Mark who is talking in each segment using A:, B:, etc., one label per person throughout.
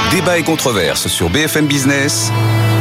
A: Débat et controverse sur BFM Business.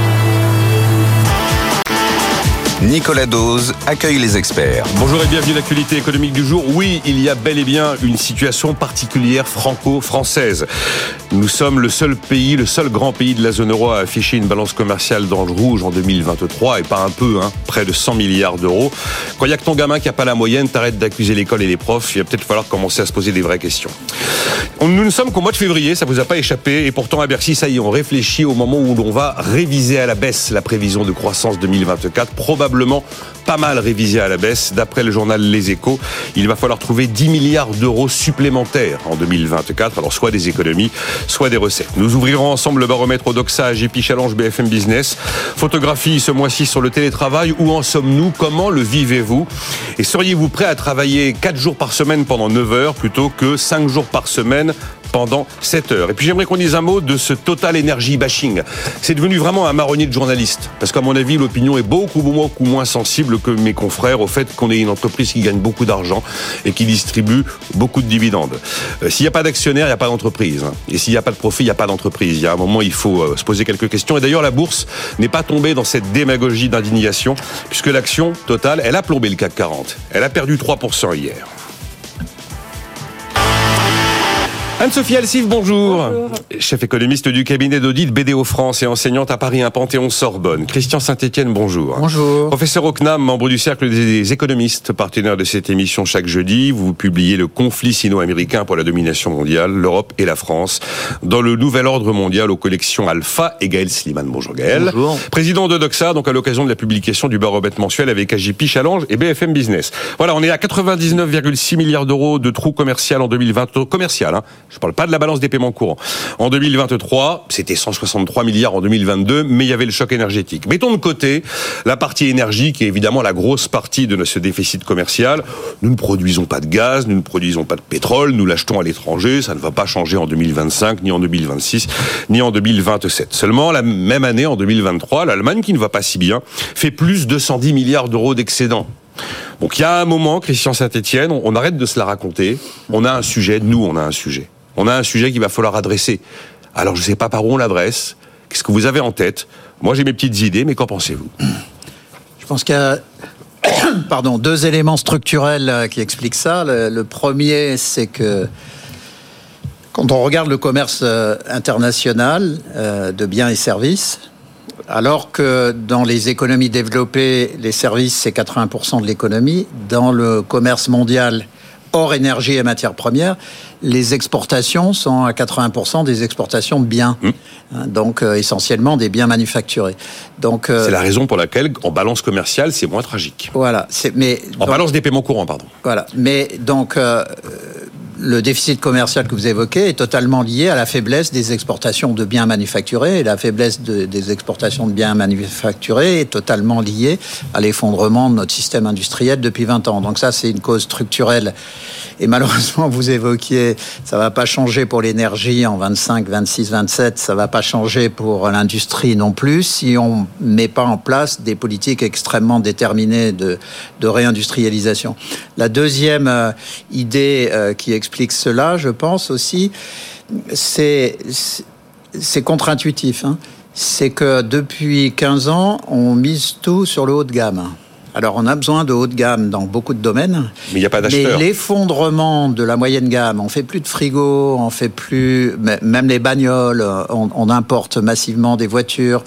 A: Nicolas Dose accueille les experts.
B: Bonjour et bienvenue à l'actualité économique du jour. Oui, il y a bel et bien une situation particulière franco-française. Nous sommes le seul grand pays de la zone euro à afficher une balance commerciale dans le rouge en 2023 et pas un peu, près de 100 milliards d'euros. Quand il n'y a que ton gamin qui n'a pas la moyenne, t'arrêtes d'accuser l'école et les profs, il va peut-être falloir commencer à se poser des vraies questions. Nous ne sommes qu'au mois de février, ça vous a pas échappé, et pourtant à Bercy, ça y est, on réfléchit au moment où l'on va réviser à la baisse la prévision de croissance 2024, probablement pas mal révisée à la baisse. D'après le journal Les Échos, il va falloir trouver 10 milliards d'euros supplémentaires en 2024, alors soit des économies, soit des recettes. Nous ouvrirons ensemble le baromètre Odoxa, JP Challenge, BFM Business. Photographie ce mois-ci sur le télétravail, où en sommes-nous? Comment le vivez-vous? Et seriez-vous prêt à travailler 4 jours par semaine pendant 9 heures plutôt que 5 jours par semaine pendant 7 heures. Et puis j'aimerais qu'on dise un mot de ce Total Energy bashing. C'est devenu vraiment un marronnier de journalistes. Parce qu'à mon avis, l'opinion est beaucoup moins sensible que mes confrères au fait qu'on ait une entreprise qui gagne beaucoup d'argent et qui distribue beaucoup de dividendes. S'il n'y a pas d'actionnaire, il n'y a pas d'entreprise. Et s'il n'y a pas de profit, il n'y a pas d'entreprise. Il y a un moment, il faut se poser quelques questions. Et d'ailleurs, la bourse n'est pas tombée dans cette démagogie d'indignation, puisque l'action Total, elle a plombé le CAC 40. Elle a perdu 3% hier. Anne-Sophie Alsif, bonjour. Chef économiste du cabinet d'audit BDO France et enseignante à Paris 1 Panthéon-Sorbonne. Christian Saint-Etienne, bonjour.
C: Bonjour.
B: Professeur au CNAM, membre du Cercle des économistes, partenaire de cette émission chaque jeudi. Vous publiez Le conflit sino-américain pour la domination mondiale, l'Europe et la France, dans le nouvel ordre mondial aux collections Alpha, et Gaël Sliman. Bonjour Gaël.
C: Bonjour.
B: Président de Doxa, donc à l'occasion de la publication du baromètre mensuel avec AJP Challenge et BFM Business. Voilà, on est à 99,6 milliards d'euros de trou commercial en 2020. Commercial, Je ne parle pas de la balance des paiements courants. En 2023, c'était 163 milliards en 2022, mais il y avait le choc énergétique. Mettons de côté la partie énergie, qui est évidemment la grosse partie de ce déficit commercial. Nous ne produisons pas de gaz, nous ne produisons pas de pétrole, nous l'achetons à l'étranger, ça ne va pas changer en 2025, ni en 2026, ni en 2027. Seulement, la même année, en 2023, l'Allemagne, qui ne va pas si bien, fait plus de 110 milliards d'euros d'excédent. Donc il y a un moment, Christian Saint-Etienne, on arrête de se la raconter. On a un sujet qu'il va falloir adresser. Alors je ne sais pas par où on l'adresse. Qu'est-ce que vous avez en tête? Moi j'ai mes petites idées, mais qu'en pensez-vous?
C: Je pense qu'il y a deux éléments structurels qui expliquent ça. Le premier, c'est que quand on regarde le commerce international de biens et services, alors que dans les économies développées, les services, c'est 80% de l'économie, dans le commerce mondial, hors énergie et matières premières, les exportations sont à 80% des exportations de biens. Donc, essentiellement des biens manufacturés. Donc,
B: c'est la raison pour laquelle, en balance commerciale, c'est moins tragique.
C: Voilà.
B: Balance des paiements courants, pardon.
C: Voilà. Mais donc, le déficit commercial que vous évoquez est totalement lié à la faiblesse des exportations de biens manufacturés. Et la faiblesse des exportations de biens manufacturés est totalement liée à l'effondrement de notre système industriel depuis 20 ans. Donc ça, c'est une cause structurelle. Et malheureusement, vous évoquiez, ça va pas changer pour l'énergie en 25, 26, 27. Ça va pas changer pour l'industrie non plus si on met pas en place des politiques extrêmement déterminées de réindustrialisation. La deuxième idée qui explique cela, je pense aussi, c'est contre-intuitif. C'est que depuis 15 ans, on mise tout sur le haut de gamme. Alors, on a besoin de haut de gamme dans beaucoup de domaines.
B: Mais il n'y a pas d'acheteurs.
C: Mais l'effondrement de la moyenne gamme, on fait plus de frigo, on fait plus, même les bagnoles, on importe massivement des voitures,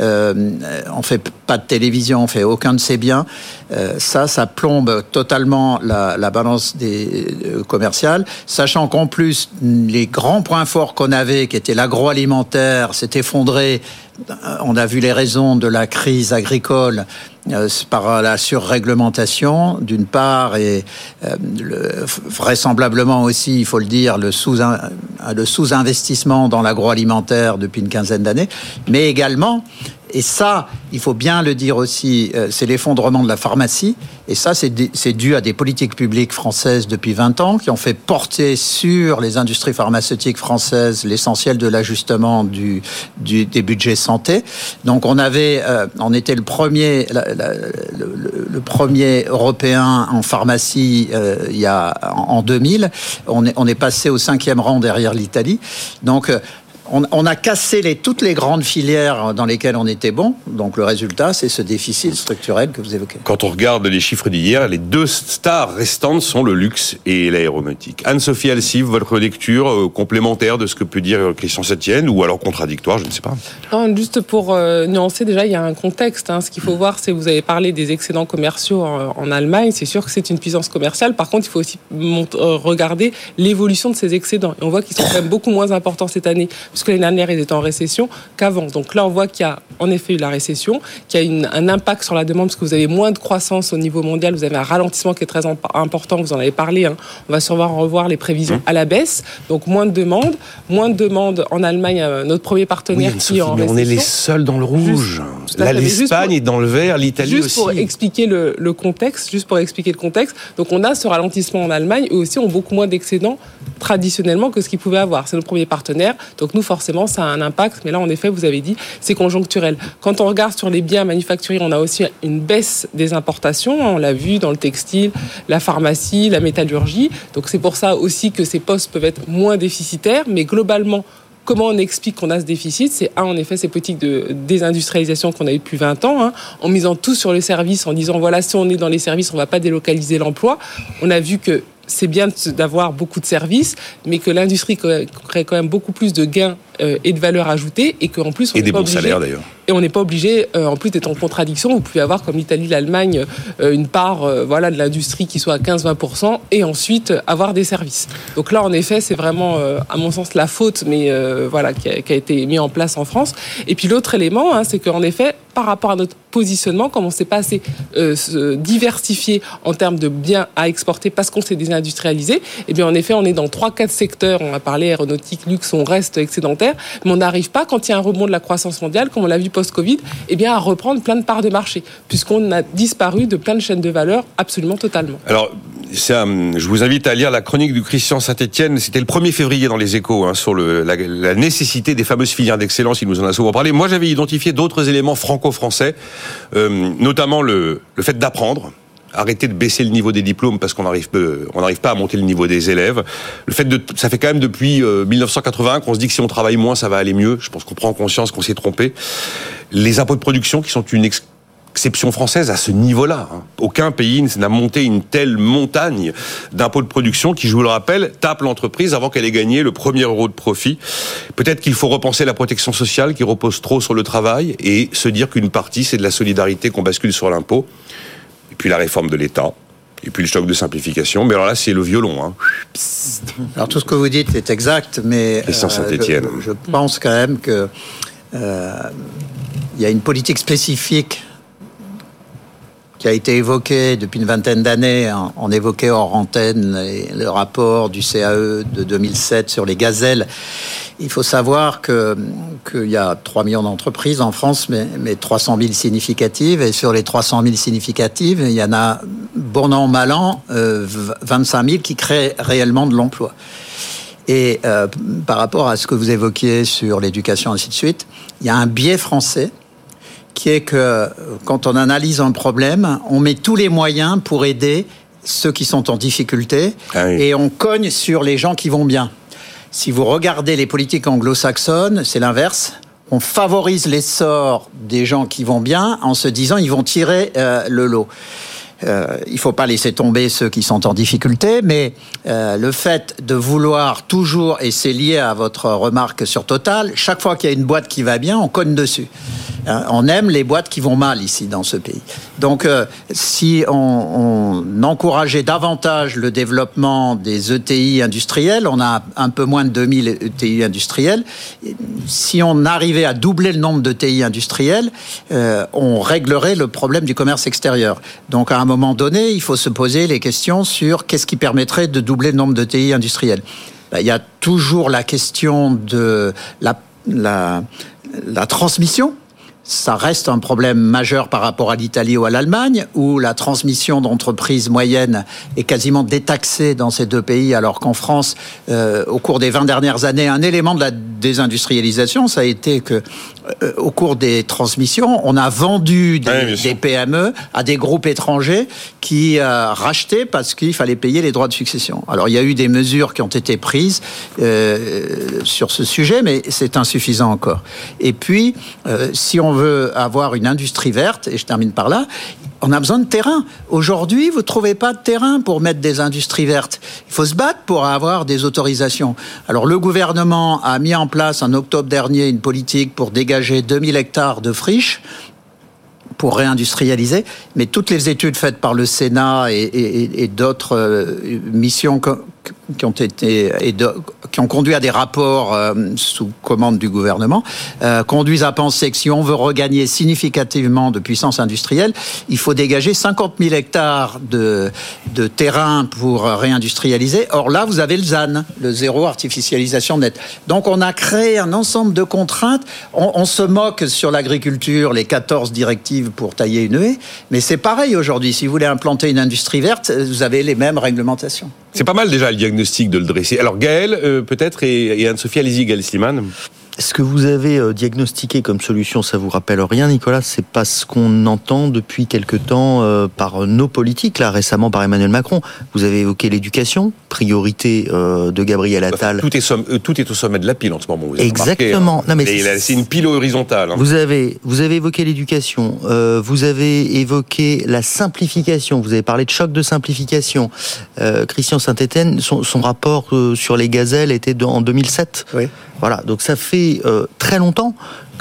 C: on fait pas de télévision, on fait aucun de ces biens. Ça plombe totalement la balance commerciale, sachant qu'en plus, les grands points forts qu'on avait, qui étaient l'agroalimentaire, s'est effondré. On a vu les raisons de la crise agricole par la surréglementation, d'une part, et vraisemblablement aussi, il faut le dire, le sous-investissement dans l'agroalimentaire depuis une quinzaine d'années, mais également, et ça, il faut bien le dire aussi, c'est l'effondrement de la pharmacie. Et ça, c'est dû à des politiques publiques françaises depuis 20 ans qui ont fait porter sur les industries pharmaceutiques françaises l'essentiel de l'ajustement des budgets santé. Donc, on était le premier européen en pharmacie en 2000. On est passé au 5e rang derrière l'Italie. Donc, On a cassé toutes les grandes filières dans lesquelles on était bon. Donc le résultat, c'est ce déficit structurel que vous évoquez.
B: Quand on regarde les chiffres d'hier, les 2 stars restantes sont le luxe et l'aéronautique. Anne-Sophie Alsive, votre lecture complémentaire de ce que peut dire Christian Septienne, ou alors contradictoire, je ne sais pas.
D: Non, juste pour nuancer, déjà, il y a un contexte. Ce qu'il faut voir, c'est, vous avez parlé des excédents commerciaux en Allemagne. C'est sûr que c'est une puissance commerciale. Par contre, il faut aussi regarder l'évolution de ces excédents. Et on voit qu'ils sont quand même beaucoup moins importants cette année, puisque l'année dernière, ils étaient en récession qu'avant. Donc là, on voit qu'il y a en effet eu la récession, qu'il y a un impact sur la demande, parce que vous avez moins de croissance au niveau mondial, vous avez un ralentissement qui est très important, vous en avez parlé. On va sûrement revoir les prévisions à la baisse. Donc moins de demande en Allemagne, notre premier partenaire qui est en récession.
B: On est les seuls dans le rouge. Là, l'Espagne est dans le vert, l'Italie aussi.
D: Juste pour expliquer le contexte. Donc on a ce ralentissement en Allemagne, eux aussi ont beaucoup moins d'excédents traditionnellement que ce qu'ils pouvaient avoir. C'est notre premier partenaire. Donc nous, forcément, ça a un impact. Mais là, en effet, vous avez dit, c'est conjoncturel. Quand on regarde sur les biens manufacturiers, on a aussi une baisse des importations. On l'a vu dans le textile, la pharmacie, la métallurgie. Donc c'est pour ça aussi que ces postes peuvent être moins déficitaires. Mais globalement, comment on explique qu'on a ce déficit ? C'est en effet ces politiques de désindustrialisation qu'on a eues depuis 20 ans, en misant tout sur les services, en disant voilà, si on est dans les services, on ne va pas délocaliser l'emploi. On a vu que c'est bien d'avoir beaucoup de services, mais que l'industrie crée quand même beaucoup plus de gains et de valeur ajoutée, et qu'en plus on n'est pas obligé. Et des bons salaires d'ailleurs. Et on n'est pas obligé, en plus d'être en contradiction. Vous pouvez avoir, comme l'Italie, l'Allemagne, une part de l'industrie qui soit à 15-20%, et ensuite avoir des services. Donc là, en effet, c'est vraiment, à mon sens, la faute, mais qui a été mis en place en France. Et puis l'autre élément, c'est qu'en effet, par rapport à notre positionnement, comme on ne s'est pas assez diversifié en termes de biens à exporter parce qu'on s'est désindustrialisé, et bien en effet, on est dans 3-4 secteurs. On a parlé aéronautique, luxe, on reste excédentaire, mais on n'arrive pas, quand il y a un rebond de la croissance mondiale, comme on l'a vu post-Covid, à reprendre plein de parts de marché, puisqu'on a disparu de plein de chaînes de valeur absolument totalement.
B: Alors, je vous invite à lire la chronique du Christian Saint-Etienne. C'était le 1er février dans les Échos, sur la nécessité des fameuses filières d'excellence. Il nous en a souvent parlé. Moi, j'avais identifié d'autres éléments franco-français, notamment le fait d'apprendre. Arrêter de baisser le niveau des diplômes parce qu'on n'arrive pas à monter le niveau des élèves. Ça fait quand même depuis 1981 qu'on se dit que si on travaille moins, ça va aller mieux. Je pense qu'on prend conscience qu'on s'est trompé. Les impôts de production qui sont une exception française à ce niveau-là. Aucun pays n'a monté une telle montagne d'impôts de production qui, je vous le rappelle, tape l'entreprise avant qu'elle ait gagné le premier euro de profit. Peut-être qu'il faut repenser la protection sociale qui repose trop sur le travail et se dire qu'une partie, c'est de la solidarité qu'on bascule sur l'impôt. Et puis la réforme de l'État, et puis le choc de simplification. Mais alors là, c'est le violon.
C: Alors tout ce que vous dites est exact, mais je pense quand même que y a une politique spécifique qui a été évoquée depuis une vingtaine d'années. On évoquait hors antenne le rapport du CAE de 2007 sur les gazelles. Il faut savoir qu'il y a 3 millions d'entreprises en France, mais 300 000 significatives. Et sur les 300 000 significatives, il y en a, bon an, mal an, 25 000 qui créent réellement de l'emploi. Et par rapport à ce que vous évoquiez sur l'éducation, ainsi de suite, il y a un biais français qui est que quand on analyse un problème, on met tous les moyens pour aider ceux qui sont en difficulté et on cogne sur les gens qui vont bien. Si vous regardez les politiques anglo-saxonnes, c'est l'inverse. On favorise l'essor des gens qui vont bien en se disant ils vont tirer le lot. Il ne faut pas laisser tomber ceux qui sont en difficulté, mais le fait de vouloir toujours, et c'est lié à votre remarque sur Total, chaque fois qu'il y a une boîte qui va bien, on cogne dessus. On aime les boîtes qui vont mal ici dans ce pays. Donc si on encourageait davantage le développement des ETI industriels, on a un peu moins de 2000 ETI industriels, si on arrivait à doubler le nombre d'ETI industriels, on réglerait le problème du commerce extérieur. Donc à un moment donné, il faut se poser les questions sur qu'est-ce qui permettrait de doubler le nombre d'ETI industriels. Il y a toujours la question de la transmission. ça reste un problème majeur par rapport à l'Italie ou à l'Allemagne, où la transmission d'entreprises moyennes est quasiment détaxée dans ces deux pays, alors qu'en France, au cours des 20 dernières années, un élément de la désindustrialisation, ça a été que, au cours des transmissions, on a vendu des PME à des groupes étrangers qui rachetaient parce qu'il fallait payer les droits de succession. Alors, il y a eu des mesures qui ont été prises sur ce sujet, mais c'est insuffisant encore. Et puis, si on veut avoir une industrie verte, et je termine par là, on a besoin de terrain. Aujourd'hui, vous ne trouvez pas de terrain pour mettre des industries vertes. Il faut se battre pour avoir des autorisations. Alors, le gouvernement a mis en place, en octobre dernier, une politique pour dégager 2000 hectares de friches pour réindustrialiser, mais toutes les études faites par le Sénat et d'autres missions qui ont conduit à des rapports sous commande du gouvernement, conduisent à penser que si on veut regagner significativement de puissance industrielle, il faut dégager 50 000 hectares de terrain pour réindustrialiser. Or là, vous avez le ZAN, le zéro artificialisation nette. Donc on a créé un ensemble de contraintes. On se moque sur l'agriculture, les 14 directives pour tailler une haie, mais c'est pareil aujourd'hui. Si vous voulez implanter une industrie verte, vous avez les mêmes réglementations.
B: C'est pas mal déjà le diagnostic de le dresser. Alors Gaël, peut-être, et Anne-Sophie, allez-y, Gaël Sliman.
E: Ce que vous avez diagnostiqué comme solution, ça vous rappelle rien, Nicolas? C'est pas ce qu'on entend depuis quelque temps par nos politiques, là récemment par Emmanuel Macron. Vous avez évoqué l'éducation, priorité de Gabriel Attal.
B: Tout est au sommet de la pile en ce moment. Vous
E: Exactement.
B: Non, mais c'est une pile horizontale. Hein.
E: Vous avez évoqué l'éducation, vous avez évoqué la simplification, vous avez parlé de choc de simplification. Christian Saint-Étienne, son rapport sur les gazelles était en 2007.
C: Oui.
E: Voilà, donc ça fait très longtemps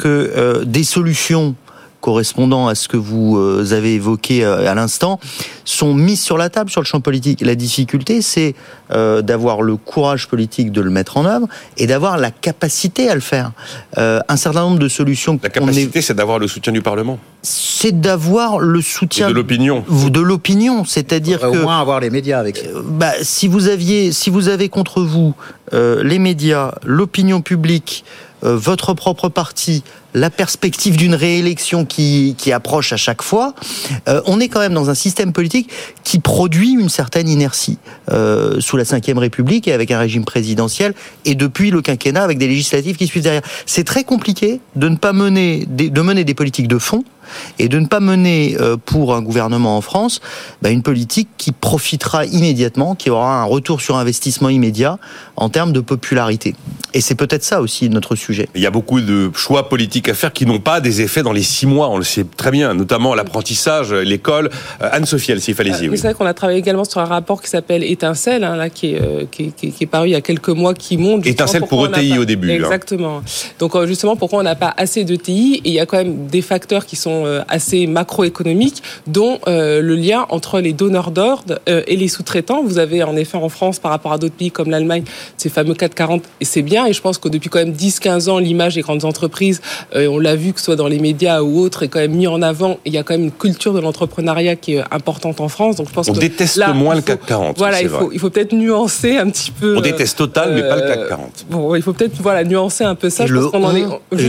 E: que des solutions correspondant à ce que vous avez évoqué à l'instant sont mises sur la table sur le champ politique. La difficulté, c'est d'avoir le courage politique de le mettre en œuvre et d'avoir la capacité à le faire. Un certain nombre de solutions...
B: La capacité, c'est d'avoir le soutien du Parlement.
E: C'est d'avoir le soutien...
B: Et de l'opinion.
E: De l'opinion, c'est-à-dire que...
C: Au moins avoir les médias avec ça.
E: Si vous avez contre vous les médias, l'opinion publique, votre propre parti, la perspective d'une réélection qui approche à chaque fois, on est quand même dans un système politique qui produit une certaine inertie sous la Ve République et avec un régime présidentiel et depuis le quinquennat avec des législatives qui suivent derrière. C'est très compliqué de mener des politiques de fond et de ne pas mener pour un gouvernement en France une politique qui profitera immédiatement, qui aura un retour sur investissement immédiat en termes de popularité. Et c'est peut-être ça aussi notre sujet.
B: Il y a beaucoup de choix politiques à faire qui n'ont pas des effets dans les 6 mois, on le sait très bien, notamment l'apprentissage, l'école. Anne-Sophie Elsif, allez-y.
D: C'est vrai qu'on a travaillé également sur un rapport qui s'appelle Étincelle, qui est paru il y a quelques mois, qui montre...
B: Étincelle pour ETI au début.
D: Exactement. Donc justement, pourquoi on n'a pas assez d'ETI, et il y a quand même des facteurs qui sont assez macroéconomiques, dont le lien entre les donneurs d'ordre et les sous-traitants. Vous avez en effet en France, par rapport à d'autres pays comme l'Allemagne, ces fameux 440, et c'est bien, et je pense que depuis quand même 10-15 ans, l'image des grandes entreprises, on l'a vu que ce soit dans les médias ou autres, est quand même mis en avant. Il y a quand même une culture de l'entrepreneuriat qui est importante en France. Donc je pense
B: on déteste
D: là,
B: moins le CAC 40.
D: Voilà, il faut peut-être nuancer un petit peu.
B: On déteste Total, mais pas le CAC 40.
D: Bon, il faut peut-être nuancer un peu ça.
E: Je pense qu'on en est.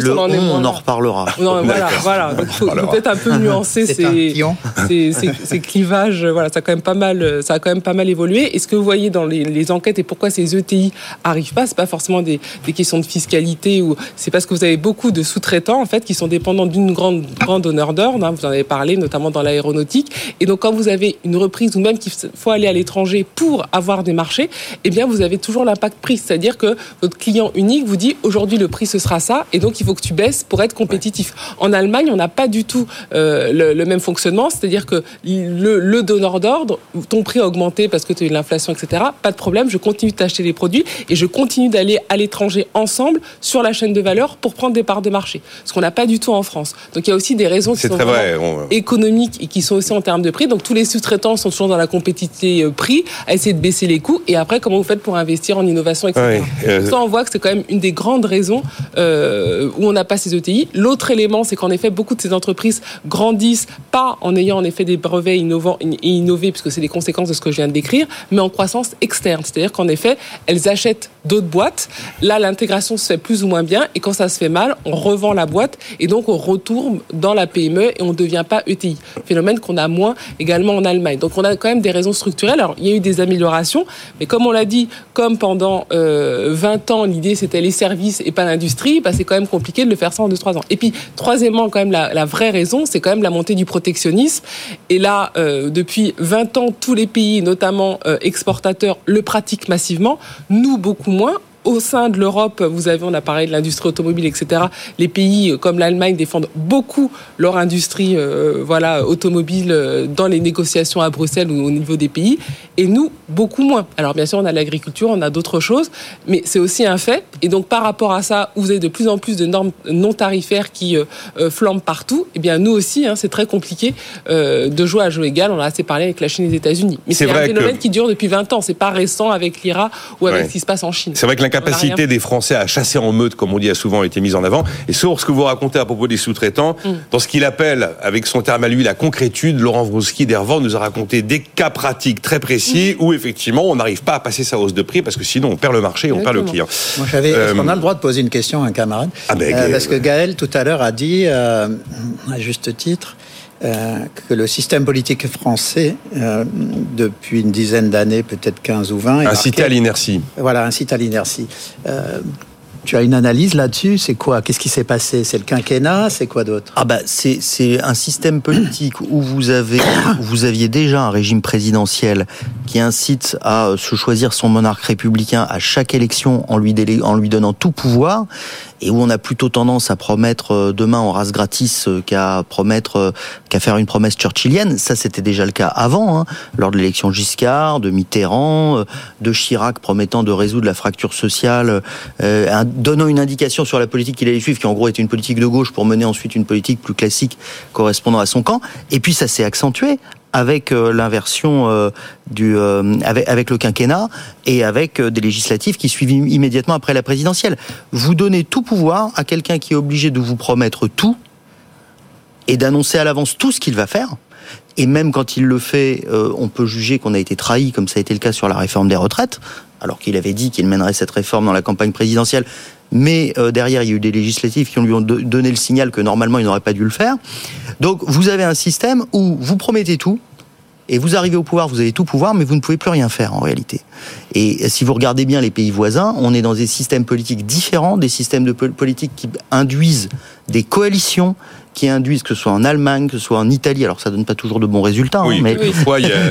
E: On en reparlera.
D: Non, voilà. Il faut peut-être un peu nuancer ces clivages. Voilà, ça a quand même pas mal évolué. Et ce que vous voyez dans les enquêtes et pourquoi ces ETI arrivent pas, c'est pas forcément des questions de fiscalité, ou c'est parce que vous avez beaucoup de sous-traitants en fait qui sont dépendants d'une grande donneur d'ordre. Vous en avez parlé, notamment dans l'aéronautique. Et donc quand vous avez une reprise ou même qu'il faut aller à l'étranger pour avoir des marchés, eh bien vous avez toujours l'impact prix, c'est-à-dire que votre client unique vous dit aujourd'hui le prix ce sera ça, et donc il faut que tu baisses pour être compétitif. En Allemagne, on n'a pas du tout le même fonctionnement, c'est-à-dire que le donneur d'ordre, ton prix a augmenté parce que tu as eu l'inflation, etc. Pas de problème, je continue de t'acheter les produits et je continue d'aller à l'étranger ensemble sur la chaîne de valeur pour prendre des parts de marché. Ce qu'on n'a pas du tout en France. Donc il y a aussi des raisons qui sont économiques et qui sont aussi en termes de prix. Donc tous les sous-traitants sont toujours dans la compétitivité prix, à essayer de baisser les coûts. Et après, comment vous faites pour investir en innovation, etc. Ça, on voit que c'est quand même une des grandes raisons où on n'a pas ces ETI. L'autre élément, c'est qu'en effet, beaucoup de ces entreprises entreprises grandissent pas en ayant en effet des brevets innovants et innovés, puisque c'est les conséquences de ce que je viens de décrire, mais en croissance externe. C'est-à-dire qu'en effet, elles achètent d'autres boîtes. Là, l'intégration se fait plus ou moins bien, et quand ça se fait mal, on revend la boîte, et donc on retourne dans la PME et on ne devient pas ETI. Phénomène qu'on a moins également en Allemagne. Donc on a quand même des raisons structurelles. Alors il y a eu des améliorations, mais comme on l'a dit, comme pendant 20 ans, l'idée c'était les services et pas l'industrie, c'est quand même compliqué de le faire ça en 2-3 ans. Et puis, troisièmement, quand même, la vraie raison, c'est quand même la montée du protectionnisme. Et là, depuis 20 ans, tous les pays, notamment exportateurs, le pratiquent massivement. Nous, beaucoup moins. Au sein de l'Europe, on a parlé de l'industrie automobile, etc. Les pays comme l'Allemagne défendent beaucoup leur industrie automobile dans les négociations à Bruxelles ou au niveau des pays. Et nous, beaucoup moins. Alors bien sûr, on a l'agriculture, on a d'autres choses, mais c'est aussi un fait. Et donc par rapport à ça, vous avez de plus en plus de normes non tarifaires qui flambent partout. Et bien nous aussi, c'est très compliqué de jouer à jeu égal. On a assez parlé avec la Chine et les États-Unis. Mais c'est un phénomène qui dure depuis 20 ans. C'est pas récent avec l'IRA ou avec ce qui se passe en Chine.
B: C'est vrai que l'incapacité des Français à chasser en meute, comme on dit, a souvent été mise en avant. Et sur ce que vous racontez à propos des sous-traitants, dans ce qu'il appelle, avec son terme à lui, la concrétude, Laurent Wroski d'Hervor nous a raconté des cas pratiques très précis où effectivement on n'arrive pas à passer sa hausse de prix parce que sinon on perd le marché et on perd le client.
C: Moi, est-ce qu'on a le droit de poser une question à un camarade? Parce que Gaël tout à l'heure a dit, à juste titre, que le système politique français, depuis une dizaine d'années, peut-être 15 ou 20...
B: incité à l'inertie.
C: Voilà, incité à l'inertie. Tu as une analyse là-dessus? C'est quoi? Qu'est-ce qui s'est passé? C'est le quinquennat? C'est quoi d'autre?
E: C'est un système politique où vous aviez déjà un régime présidentiel qui incite à se choisir son monarque républicain à chaque élection en lui donnant tout pouvoir, et où on a plutôt tendance à promettre demain en race gratis qu'à faire une promesse churchillienne. Ça, c'était déjà le cas avant, lors de l'élection Giscard, de Mitterrand, de Chirac promettant de résoudre la fracture sociale, donnant une indication sur la politique qu'il allait suivre, qui en gros était une politique de gauche pour mener ensuite une politique plus classique correspondant à son camp. Et puis ça s'est accentué avec l'inversion avec le quinquennat et avec des législatives qui suivent immédiatement après la présidentielle. Vous donnez tout pouvoir à quelqu'un qui est obligé de vous promettre tout et d'annoncer à l'avance tout ce qu'il va faire. Et même quand il le fait, on peut juger qu'on a été trahi, comme ça a été le cas sur la réforme des retraites, alors qu'il avait dit qu'il mènerait cette réforme dans la campagne présidentielle. Mais derrière, il y a eu des législatives qui lui ont donné le signal que normalement, il n'aurait pas dû le faire. Donc, vous avez un système où vous promettez tout, et vous arrivez au pouvoir, vous avez tout pouvoir, mais vous ne pouvez plus rien faire en réalité. Et si vous regardez bien les pays voisins, on est dans des systèmes politiques différents, des systèmes de politique qui induisent des coalitions, qui induisent, que ce soit en Allemagne, que ce soit en Italie, alors ça donne pas toujours de bons résultats.
B: Oui,
E: mais
B: quelquefois il y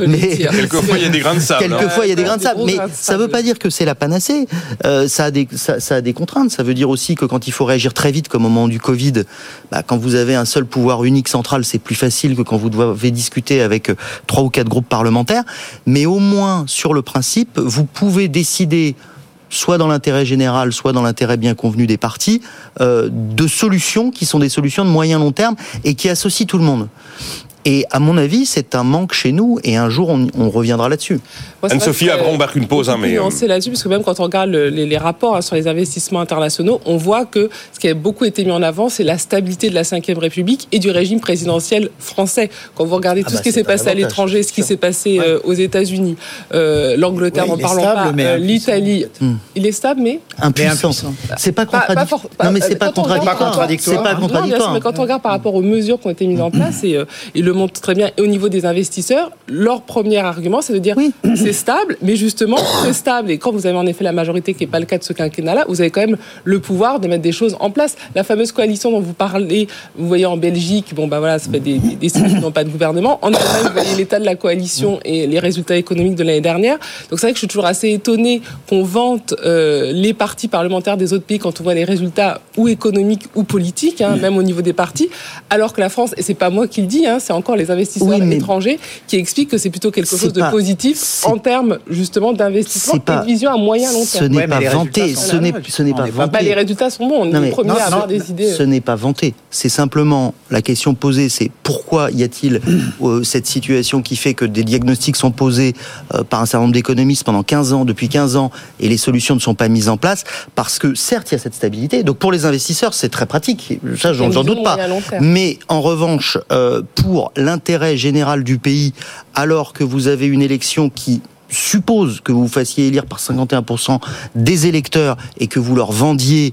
B: a des grains de sable.
E: Quelquefois il y a des grains de sable, mais ça veut pas dire que c'est la panacée. Ça a des contraintes. Ça veut dire aussi que quand il faut réagir très vite, comme au moment du Covid, quand vous avez un seul pouvoir unique central, c'est plus facile que quand vous devez discuter avec 3 ou 4 groupes parlementaires. Mais au moins, sur le principe, vous pouvez décider, soit dans l'intérêt général, soit dans l'intérêt bien convenu des partis, de solutions qui sont des solutions de moyen long terme et qui associent tout le monde. Et à mon avis, c'est un manque chez nous, et un jour on reviendra là-dessus.
B: Anne-Sophie, après on marque une pause.
D: Mais là-dessus, parce que même quand on regarde les rapports sur les investissements internationaux, on voit que ce qui a beaucoup été mis en avant, c'est la stabilité de la Ve République et du régime présidentiel français. Quand vous regardez tout ce qui s'est passé à l'étranger, ce qui s'est passé aux États-Unis, l'Angleterre, n'en parlons pas, l'Italie, il est stable, mais
E: impuissant. C'est pas contradictoire. Non, mais c'est pas contradictoire. C'est pas contradictoire.
D: Mais quand on regarde par rapport aux mesures qui ont été mises en place, et ils le montrent très bien, et au niveau des investisseurs, leur premier argument, c'est de dire c'est stable, mais justement, c'est stable. Et quand vous avez en effet la majorité, qui n'est pas le cas de ce quinquennat-là, vous avez quand même le pouvoir de mettre des choses en place. La fameuse coalition dont vous parlez, vous voyez en Belgique, ça fait des décennies qui n'ont pas de gouvernement. En Allemagne, vous voyez l'état de la coalition et les résultats économiques de l'année dernière. Donc c'est vrai que je suis toujours assez étonnée qu'on vante les partis parlementaires des autres pays quand on voit les résultats ou économiques ou politiques, même au niveau des partis, alors que la France, et c'est pas moi qui le dis, c'est encore les investisseurs étrangers qui expliquent que c'est plutôt quelque chose de positif en termes justement d'investissement et de vision à moyen long terme.
E: Ce n'est pas vanté. Ce n'est pas vanté.
D: Les résultats sont bons. On est les premiers à avoir des idées.
E: Ce n'est pas vanté. C'est simplement la question posée, c'est pourquoi y a-t-il cette situation qui fait que des diagnostics sont posés par un certain nombre d'économistes pendant 15 ans, depuis 15 ans, et les solutions ne sont pas mises en place, parce que certes, il y a cette stabilité. Donc pour les investisseurs, c'est très pratique. Ça, j'en doute pas. Mais en revanche, pour l'intérêt général du pays, alors que vous avez une élection qui suppose que vous fassiez élire par 51% des électeurs et que vous leur vendiez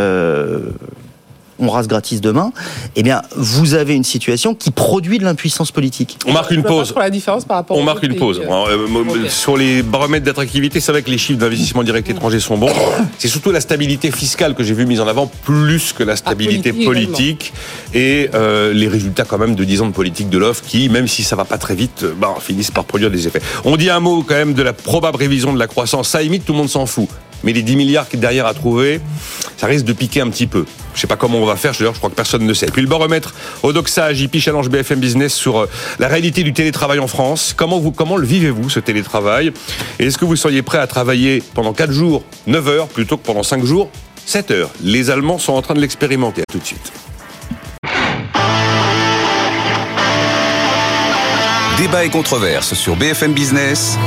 E: on rase gratis demain, eh bien, vous avez une situation qui produit de l'impuissance politique.
B: On marque une pause.
D: La différence par rapport
B: on marque une pause. Sur les baromètres d'attractivité, c'est vrai que les chiffres d'investissement direct étranger sont bons. C'est surtout la stabilité fiscale que j'ai vu mise en avant, plus que la stabilité politique et les résultats quand même de 10 ans de politique de l'offre qui, même si ça va pas très vite, finissent par produire des effets. On dit un mot quand même de la probable révision de la croissance. Ça imite, tout le monde s'en fout. Mais les 10 milliards qui est derrière à trouver, ça risque de piquer un petit peu. Je ne sais pas comment on va faire, d'ailleurs je crois que personne ne sait. Puis le baromètre Odoxa, JP Challenge BFM Business sur la réalité du télétravail en France. Comment le vivez-vous, ce télétravail ? Et est-ce que vous seriez prêt à travailler pendant 4 jours, 9 heures, plutôt que pendant 5 jours, 7 heures ? Les Allemands sont en train de l'expérimenter. À tout de suite.
A: Débat et controverse sur BFM Business.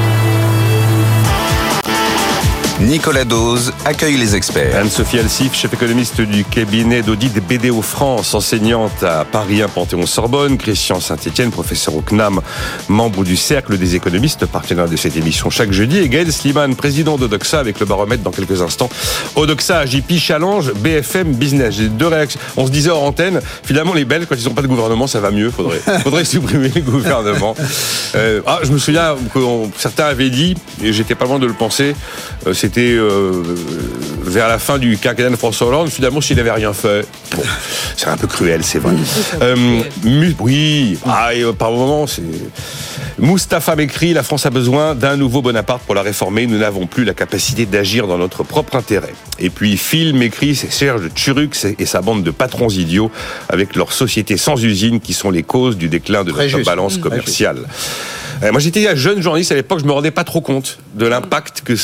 A: Nicolas Dose accueille les experts.
B: Anne-Sophie Alsif, chef économiste du cabinet d'audit BDO France, enseignante à Paris 1 Panthéon-Sorbonne. Christian Saint-Etienne, professeur au CNAM, membre du Cercle des économistes, partenaire de cette émission chaque jeudi. Et Gaël Sliman, président d'Odoxa, avec le baromètre dans quelques instants. Odoxa, JP Challenge, BFM Business. J'ai 2 réactions. On se disait hors antenne, finalement les Belges, quand ils n'ont pas de gouvernement, ça va mieux. Faudrait supprimer le gouvernement. Je me souviens que certains avaient dit, et j'étais pas loin de le penser, c'était vers la fin du quinquennat de François Hollande, finalement, s'il n'avait rien fait. Bon, c'est un peu cruel, c'est vrai. Par moments, c'est... Moustapha m'écrit, la France a besoin d'un nouveau Bonaparte pour la réformer. Nous n'avons plus la capacité d'agir dans notre propre intérêt. Et puis Phil m'écrit, c'est Serge Tchuruk et sa bande de patrons idiots avec leurs sociétés sans usine qui sont les causes du déclin de notre balance commerciale. Moi, j'étais un jeune journaliste à l'époque, je me rendais pas trop compte de l'impact que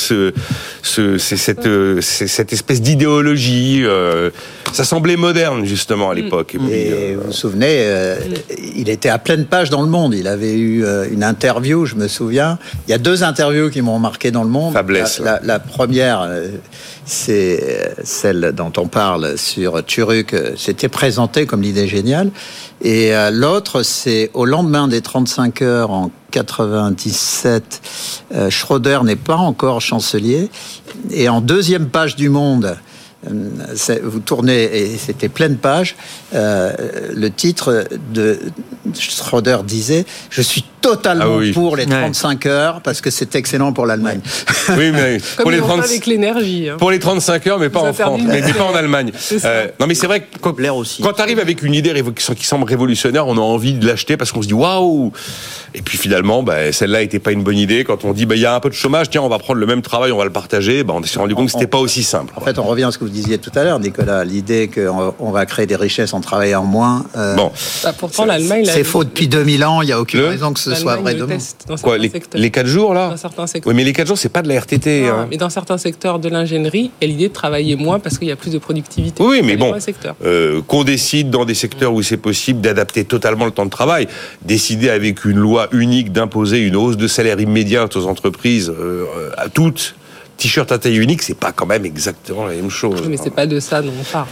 B: cette espèce d'idéologie. Ça semblait moderne justement à l'époque.
C: Et vous vous souvenez, il était à pleine page dans Le Monde. Il avait eu une interview, je me souviens. Il y a 2 interviews qui m'ont marqué dans Le Monde.
B: Fablesse.
C: La première, c'est celle dont on parle sur Tchuruk. C'était présenté comme l'idée géniale. Et l'autre, c'est au lendemain des 35 heures en 97, Schröder n'est pas encore chancelier. Et en 2e page du Monde, vous tournez, et c'était pleine page, le titre de Schröder disait « Je suis totalement pour les 35 heures parce que c'est excellent pour l'Allemagne. »
B: Oui, mais
D: pour les 35 avec l'énergie.
B: Pour les 35 heures, mais pas en France, mais pas en Allemagne. Non, mais c'est vrai que quand tu arrives avec une idée qui semble révolutionnaire, on a envie de l'acheter parce qu'on se dit « Waouh !» Et puis finalement, celle-là n'était pas une bonne idée. Quand on dit il y a un peu de chômage, tiens, on va prendre le même travail, on va le partager, on s'est rendu compte que c'était pas aussi simple.
C: En fait, on revient à ce que vous disiez tout à l'heure, Nicolas, l'idée qu'on va créer des richesses en travaillant moins.
D: Pourtant, l'Allemagne,
C: c'est faux depuis 2000 ans. Il n'y a aucune raison que ce soit vrai demain.
B: Quoi, les 4 jours là ?
D: Dans certains secteurs.
B: Oui, mais les 4 jours, c'est pas de la RTT.
D: Non, mais dans certains secteurs de l'ingénierie, il y a l'idée de travailler moins parce qu'il y a plus de productivité.
B: Oui, mais bon, qu'on décide dans des secteurs où c'est possible d'adapter totalement le temps de travail, décider avec une loi unique d'imposer une hausse de salaire immédiate aux entreprises, à toutes, t-shirt à taille unique, c'est pas quand même exactement la même chose.
D: Mais c'est pas de ça dont on parle.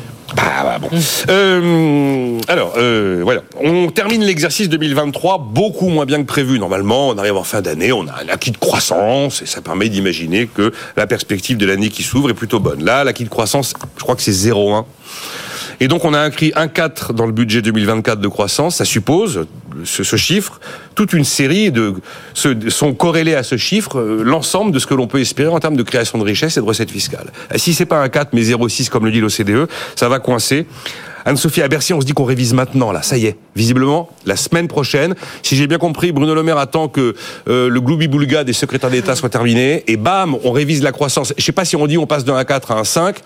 B: Voilà. On termine l'exercice 2023 beaucoup moins bien que prévu. Normalement, on arrive en fin d'année, on a un acquis de croissance et ça permet d'imaginer que la perspective de l'année qui s'ouvre est plutôt bonne. Là, l'acquis de croissance, je crois que c'est 0,1. Et donc, on a inscrit 1,4 dans le budget 2024 de croissance. Ça suppose, ce chiffre, toute une série sont corrélés à ce chiffre, l'ensemble de ce que l'on peut espérer en termes de création de richesse et de recettes fiscales. Si c'est pas 1,4, mais 0,6, comme le dit l'OCDE, ça va coincer. Anne-Sophie, à Bercy, on se dit qu'on révise maintenant, là. Ça y est. Visiblement, la semaine prochaine. Si j'ai bien compris, Bruno Le Maire attend que le gloubi-boulga des secrétaires d'État soit terminé. Et bam, on révise la croissance. Je sais pas si on dit on passe de 1,4 à 1,5.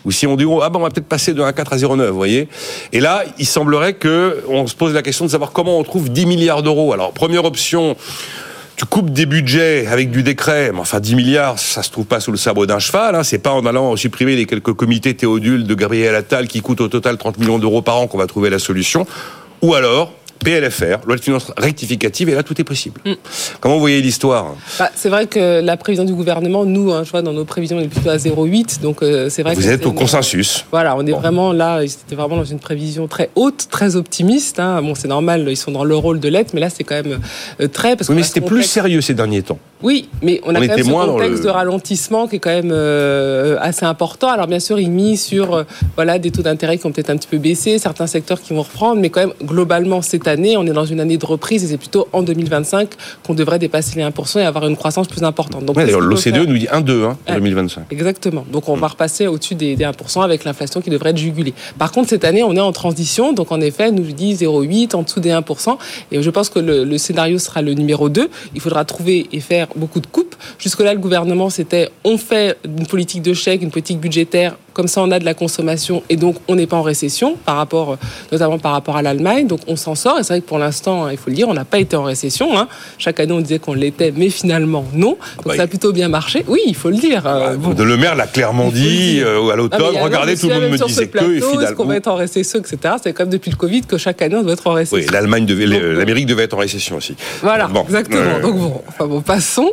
B: ou si on dit on va peut-être passer de 1,4 à 0,9, vous voyez. Et là, il semblerait qu'on se pose la question de savoir comment on trouve 10 milliards d'euros. Alors, première option, tu coupes des budgets avec du décret, mais enfin 10 milliards, ça se trouve pas sous le sabre d'un cheval, hein. C'est pas en allant supprimer les quelques comités Théodule de Gabriel Attal qui coûtent au total 30 millions d'euros par an qu'on va trouver la solution. Ou alors, PLFR, loi de finances rectificative, et là tout est possible. Comment vous voyez l'histoire ?
D: C'est vrai que la prévision du gouvernement, nous, je vois dans nos prévisions, on est plutôt à 0,8, donc c'est vrai que
B: vous êtes au consensus.
D: Voilà, on est vraiment là, c'était vraiment dans une prévision très haute, très optimiste. Hein. Bon, c'est normal, ils sont dans le rôle de l'être, mais là c'est quand même très... Parce
B: mais c'était plus sérieux ces derniers temps.
D: Oui, mais on a quand même ce contexte de ralentissement qui est quand même assez important. Alors bien sûr, il mise sur des taux d'intérêt qui ont peut-être un petit peu baissé, certains secteurs qui vont reprendre, mais quand même globalement cette année, on est dans une année de reprise et c'est plutôt en 2025 qu'on devrait dépasser les 1% et avoir une croissance plus importante. Donc,
B: d'ailleurs, l'OCDE nous dit 1,2 en 2025.
D: Exactement. Donc on va repasser au-dessus des 1% avec l'inflation qui devrait être jugulée. Par contre, cette année, on est en transition, donc en effet, nous dit 0,8 en dessous des 1%. Et je pense que le scénario sera le numéro 2. Il faudra trouver et faire beaucoup de coupes. Jusque-là, le gouvernement, c'était on fait une politique de chèque, une politique budgétaire, comme ça on a de la consommation et donc on n'est pas en récession, notamment par rapport à l'Allemagne, donc on s'en sort. Et c'est vrai que pour l'instant, il faut le dire, on n'a pas été en récession. Hein. Chaque année, on disait qu'on l'était, mais finalement, non. Donc ça a plutôt bien marché. Oui, il faut le dire.
B: Le maire l'a clairement dit à l'automne. Regardez, tout le monde me disait que, et finalement...
D: Est-ce qu'on va être en récession, etc. C'est comme depuis le Covid que chaque année, on doit être en récession.
B: Oui, l'Amérique devait être en récession aussi.
D: Voilà, exactement. Donc passons.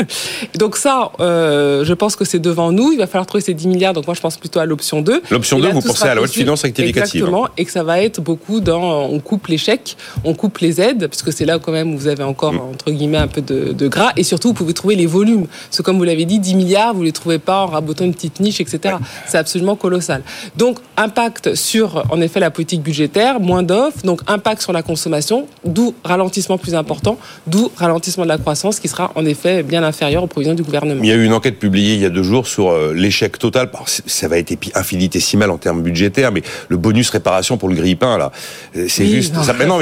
D: Donc ça, je pense que c'est devant nous. Il va falloir trouver ces 10 milliards. Donc moi, je pense plutôt à l'option 2.
B: L'option 2, vous pensez à la loi de finances rectificative.
D: Exactement. Et que ça va être beaucoup on coupe les chèques, on coupe les aides, parce que c'est là où quand même vous avez encore, entre guillemets, un peu de gras. Et surtout, vous pouvez trouver les volumes. Parce que comme vous l'avez dit, 10 milliards, vous ne les trouvez pas en rabotant une petite niche, etc. Ouais. C'est absolument colossal. Donc, impact sur, en effet, la politique budgétaire, moins d'offres, donc impact sur la consommation, d'où ralentissement plus important, d'où ralentissement de la croissance qui sera, en effet, bien inférieur aux prévisions du gouvernement.
B: Il y a eu une enquête publiée il y a 2 jours sur l'échec total. Ça va être infinitésimal en termes budgétaires, mais le bonus réparation pour le grille-pain, là, c'est juste...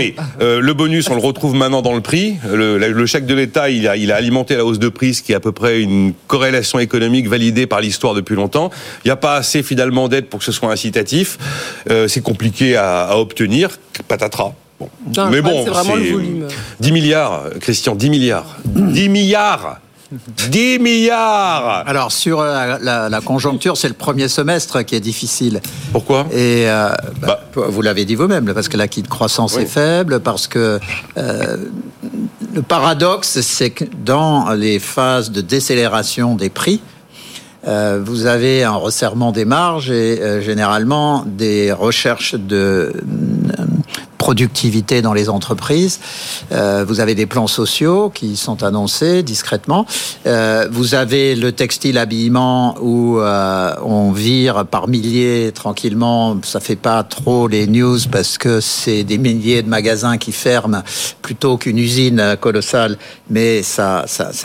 B: le bonus, on le retrouve maintenant dans le prix. Le chèque de l'État, il a alimenté la hausse de prix, ce qui est à peu près une corrélation économique validée par l'histoire depuis longtemps. Il n'y a pas assez, finalement, d'aide pour que ce soit incitatif. C'est compliqué à obtenir. Patatras. Bon.
D: Non, mais bon, c'est vraiment le volume.
B: 10 milliards, Christian, 10 milliards. 10 milliards 10 milliards.
C: Alors sur la conjoncture, c'est le premier semestre qui est difficile.
B: Pourquoi ?
C: Et vous l'avez dit vous-même, parce que l'acquis de croissance est faible, parce que le paradoxe, c'est que dans les phases de décélération des prix, vous avez un resserrement des marges et généralement des recherches de productivité dans les entreprises. Vous avez des plans sociaux qui sont annoncés discrètement. Vous avez le textile habillement où on vire par milliers tranquillement. Ça fait pas trop les news parce que c'est des milliers de magasins qui ferment plutôt qu'une usine colossale. Mais ça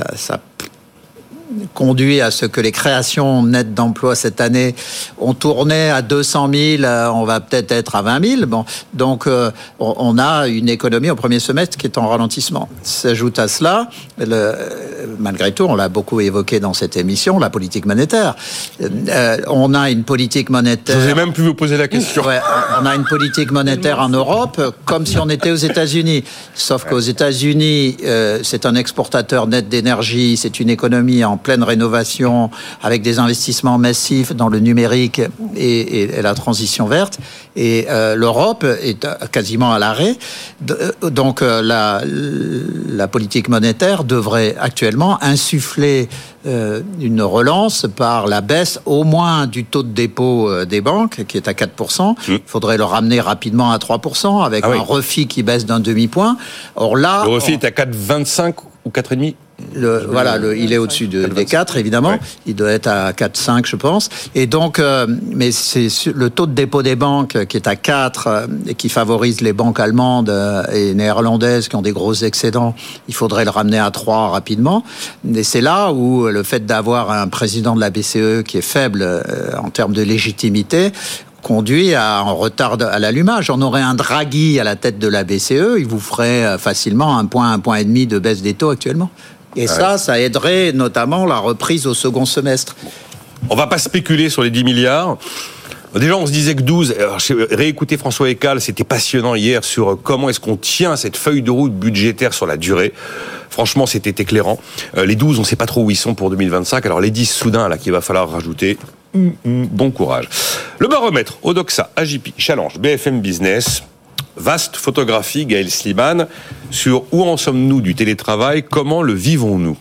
C: conduit à ce que les créations nettes d'emplois cette année ont tourné à 200 000, on va peut-être être à 20 000. Bon, donc on a une économie au premier semestre qui est en ralentissement. S'ajoute à cela, malgré tout, on l'a beaucoup évoqué dans cette émission, la politique monétaire. On a une politique monétaire...
B: Je n'ai même pu vous poser la question.
C: Ouais, on a une politique monétaire en Europe comme si on était aux États-Unis. Sauf qu'aux États-Unis, c'est un exportateur net d'énergie, c'est une économie en pleine rénovation, avec des investissements massifs dans le numérique et la transition verte. Et l'Europe est quasiment à l'arrêt. Donc la politique monétaire devrait actuellement insuffler une relance par la baisse au moins du taux de dépôt des banques, qui est à 4%. Il faudrait le ramener rapidement à 3%, avec un refi qui baisse d'un demi-point. Or là...
B: Le refi est à 4,25 ou 4,5 ?
C: Il est au-dessus des 4, évidemment. Ouais. Il doit être à 4,5, je pense. Et donc, mais c'est le taux de dépôt des banques qui est à 4 et qui favorise les banques allemandes et néerlandaises qui ont des gros excédents. Il faudrait le ramener à 3 rapidement. Et c'est là où le fait d'avoir un président de la BCE qui est faible en termes de légitimité conduit à un retard à l'allumage. On aurait un Draghi à la tête de la BCE, il vous ferait facilement 1 point et demi de baisse des taux actuellement. Et ça aiderait notamment la reprise au second semestre.
B: On va pas spéculer sur les 10 milliards. Déjà, on se disait que 12. Alors, j'ai réécouté François Ekal, c'était passionnant hier sur comment est-ce qu'on tient cette feuille de route budgétaire sur la durée. Franchement, c'était éclairant. Les 12, on sait pas trop où ils sont pour 2025. Alors, les 10 soudain, là, qu'il va falloir rajouter. Bon courage. Le baromètre, Odoxa, AJP, Challenge, BFM Business. Vaste photographie, Gaël Slimane, sur où en sommes-nous du télétravail, comment le vivons-nous?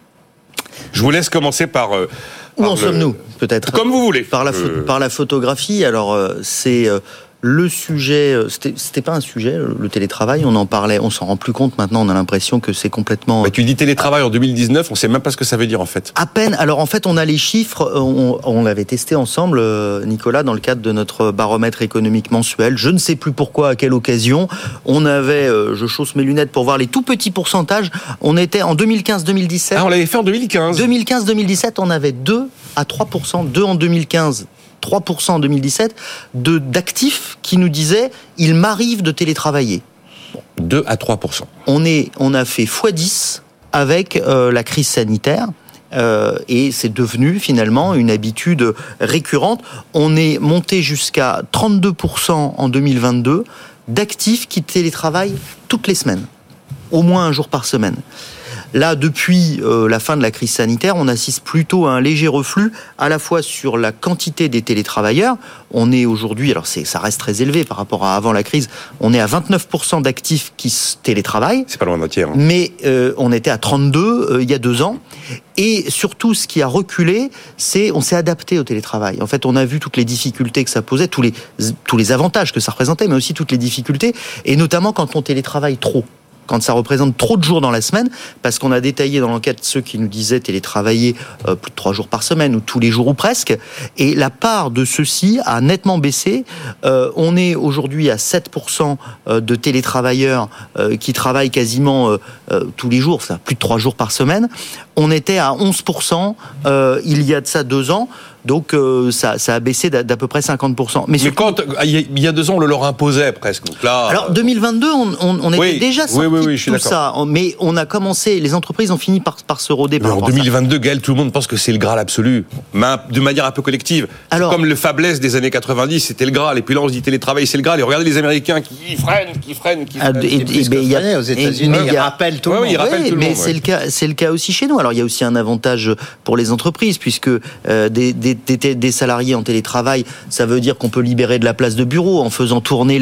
B: Je vous laisse commencer par...
E: Où en sommes-nous, peut-être?
B: Comme vous voulez.
E: Par la photographie, alors c'est le sujet, c'était pas un sujet, le télétravail, on en parlait, on s'en rend plus compte maintenant, on a l'impression que c'est complètement...
B: Bah, tu dis télétravail en 2019, on sait même pas ce que ça veut dire en fait.
E: À peine, alors en fait on a les chiffres, on l'avait testé ensemble, Nicolas, dans le cadre de notre baromètre économique mensuel, je ne sais plus pourquoi, à quelle occasion, on avait, je chausse mes lunettes pour voir les tout petits pourcentages, on était en 2015-2017...
B: Ah, on l'avait fait en 2015.
E: 2015-2017, on avait 2 à 3%, 2 en 2015, 3% en 2017, d'actifs qui nous disaient « il m'arrive de télétravailler ».
B: 2 à 3%.
E: On a fait x10 avec la crise sanitaire. Et c'est devenu finalement une habitude récurrente. On est monté jusqu'à 32% en 2022 d'actifs qui télétravaillent toutes les semaines, au moins un jour par semaine. Là, depuis la fin de la crise sanitaire, on assiste plutôt à un léger reflux, à la fois sur la quantité des télétravailleurs. On est aujourd'hui, alors ça reste très élevé par rapport à avant la crise, on est à 29% d'actifs qui télétravaillent.
B: C'est pas loin d'un tiers. Hein.
E: Mais on était à 32 il y a 2 ans. Et surtout, ce qui a reculé, c'est on s'est adapté au télétravail. En fait, on a vu toutes les difficultés que ça posait, tous les avantages que ça représentait, mais aussi toutes les difficultés, et notamment quand on télétravaille trop. Quand ça représente trop de jours dans la semaine, parce qu'on a détaillé dans l'enquête ceux qui nous disaient télétravailler plus de 3 jours par semaine, ou tous les jours ou presque, et la part de ceux-ci a nettement baissé. On est aujourd'hui à 7% de télétravailleurs qui travaillent quasiment tous les jours, ça, plus de 3 jours par semaine. On était à 11% il y a de ça 2 ans. Donc ça a baissé d'à peu près 50%. Mais
B: quand il y a 2 ans, on le leur imposait presque. Donc là,
E: alors 2022, on était déjà sorti de tout ça. Mais on a commencé, les entreprises ont fini par se rôder.
B: Mais en 2022, Gaël, tout le monde pense que c'est le Graal absolu, mais de manière un peu collective. Alors, comme le faiblesse des années 90, c'était le Graal. Et puis là, on se dit télétravail, c'est le Graal. Et regardez les Américains qui freinent.
C: Il y a aux États-Unis, ils rappellent tout le monde.
E: Mais c'est le cas aussi chez nous. Alors il y a aussi un avantage pour les entreprises, puisque des salariés en télétravail, ça veut dire qu'on peut libérer de la place de bureau en faisant tourner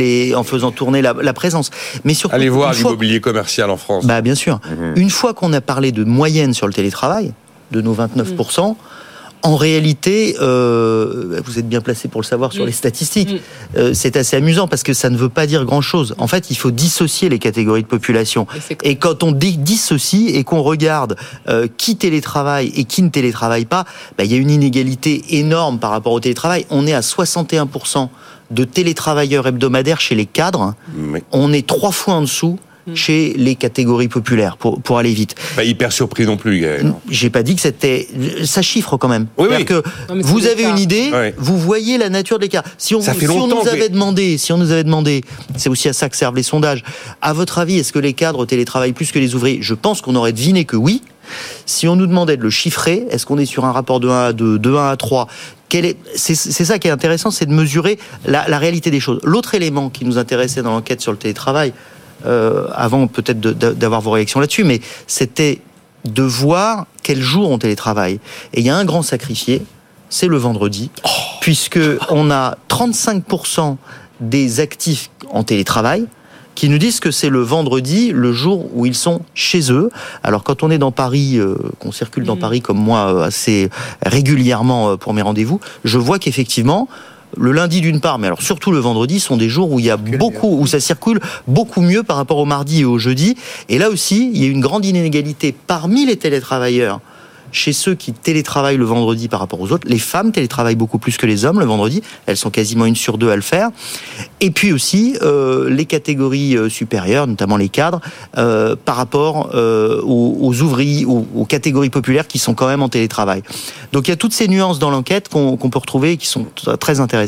E: la présence. Mais surtout,
B: allez voir l'immobilier commercial en France.
E: Bah bien sûr. Une fois qu'on a parlé de moyenne sur le télétravail, de nos 29%, en réalité, vous êtes bien placé pour le savoir sur les statistiques, c'est assez amusant parce que ça ne veut pas dire grand-chose. En fait, il faut dissocier les catégories de population. Et quand on dissocie et qu'on regarde qui télétravaille et qui ne télétravaille pas, il y a une inégalité énorme par rapport au télétravail. On est à 61% de télétravailleurs hebdomadaires chez les cadres. On est 3 fois en dessous chez les catégories populaires, pour aller vite.
B: Pas hyper surpris non plus, Gaël.
E: J'ai pas dit que c'était... Ça chiffre quand même.
B: Oui.
E: Que vous avez une idée, vous voyez la nature de l'écart. Si on nous avait demandé, c'est aussi à ça que servent les sondages, à votre avis, est-ce que les cadres télétravaillent plus que les ouvriers? Je pense qu'on aurait deviné que oui. Si on nous demandait de le chiffrer, est-ce qu'on est sur un rapport de 1 à 2, de 1 à 3 c'est ça qui est intéressant, c'est de mesurer la réalité des choses. L'autre élément qui nous intéressait dans l'enquête sur le télétravail, avant peut-être d'avoir vos réactions là-dessus, mais c'était de voir quel jour on télétravaille. Et il y a un grand sacrifié, c'est le vendredi, puisque on a 35% des actifs en télétravail qui nous disent que c'est le vendredi, le jour où ils sont chez eux. Alors quand on est dans Paris, qu'on circule dans Paris comme moi assez régulièrement pour mes rendez-vous, je vois qu'effectivement, le lundi d'une part, mais alors surtout le vendredi, sont des jours où il y a où ça circule beaucoup mieux par rapport au mardi et au jeudi. Et là aussi, il y a une grande inégalité parmi les télétravailleurs. Chez ceux qui télétravaillent le vendredi par rapport aux autres, les femmes télétravaillent beaucoup plus que les hommes le vendredi. Elles sont quasiment 1 sur 2 à le faire. Et puis aussi, les catégories supérieures, notamment les cadres, par rapport aux ouvriers, aux catégories populaires qui sont quand même en télétravail. Donc il y a toutes ces nuances dans l'enquête qu'on peut retrouver et qui sont très intéressantes.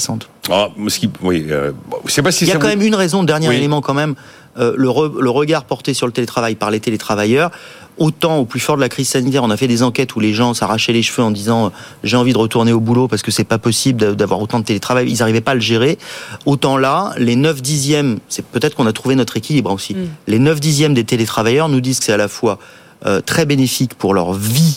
B: Je sais pas si
E: il y a
B: ça
E: quand même une raison, dernier élément quand même, le regard porté sur le télétravail par les télétravailleurs. Autant au plus fort de la crise sanitaire, on a fait des enquêtes où les gens s'arrachaient les cheveux en disant j'ai envie de retourner au boulot parce que c'est pas possible d'avoir autant de télétravail, ils n'arrivaient pas à le gérer. Autant là, les 9/10, c'est peut-être qu'on a trouvé notre équilibre aussi. Les 9/10 des télétravailleurs nous disent que c'est à la fois très bénéfique pour leur vie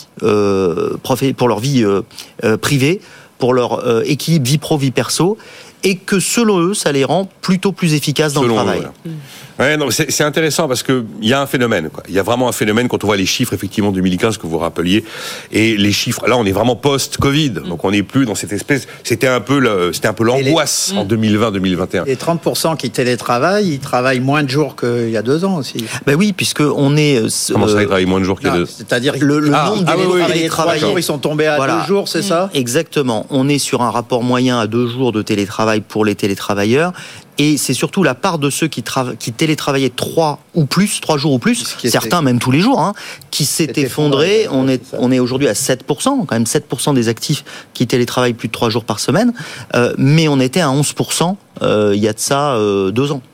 E: privée, pour leur équilibre vie pro, vie perso, et que selon eux, ça les rend plutôt plus efficaces dans le travail.
B: Ouais, non, c'est intéressant parce que il y a un phénomène, quoi. Il y a vraiment un phénomène quand on voit les chiffres effectivement 2015 que vous rappeliez, et les chiffres. Là, on est vraiment post-Covid, donc on n'est plus dans cette espèce. C'était un peu l'angoisse en 2020-2021.
C: Et 30% qui télétravaillent, ils travaillent moins de jours qu'il y a 2 ans aussi.
E: Ben oui, puisque on est.
B: Comment ça, ils travaillent moins de jours qu'il y a 2 ans?
C: C'est-à-dire
E: le nombre de
C: télétravaillés 3 jours, ils sont tombés à 2 jours, c'est ça?
E: Exactement. On est sur un rapport moyen à 2 jours de télétravail pour les télétravailleurs. Et c'est surtout la part de ceux qui télétravaillaient 3 jours ou plus, certains même tous les jours, qui s'est effondré. On est aujourd'hui à 7%, quand même 7% des actifs qui télétravaillent plus de 3 jours par semaine, mais on était à 11% il y a de ça 2 ans.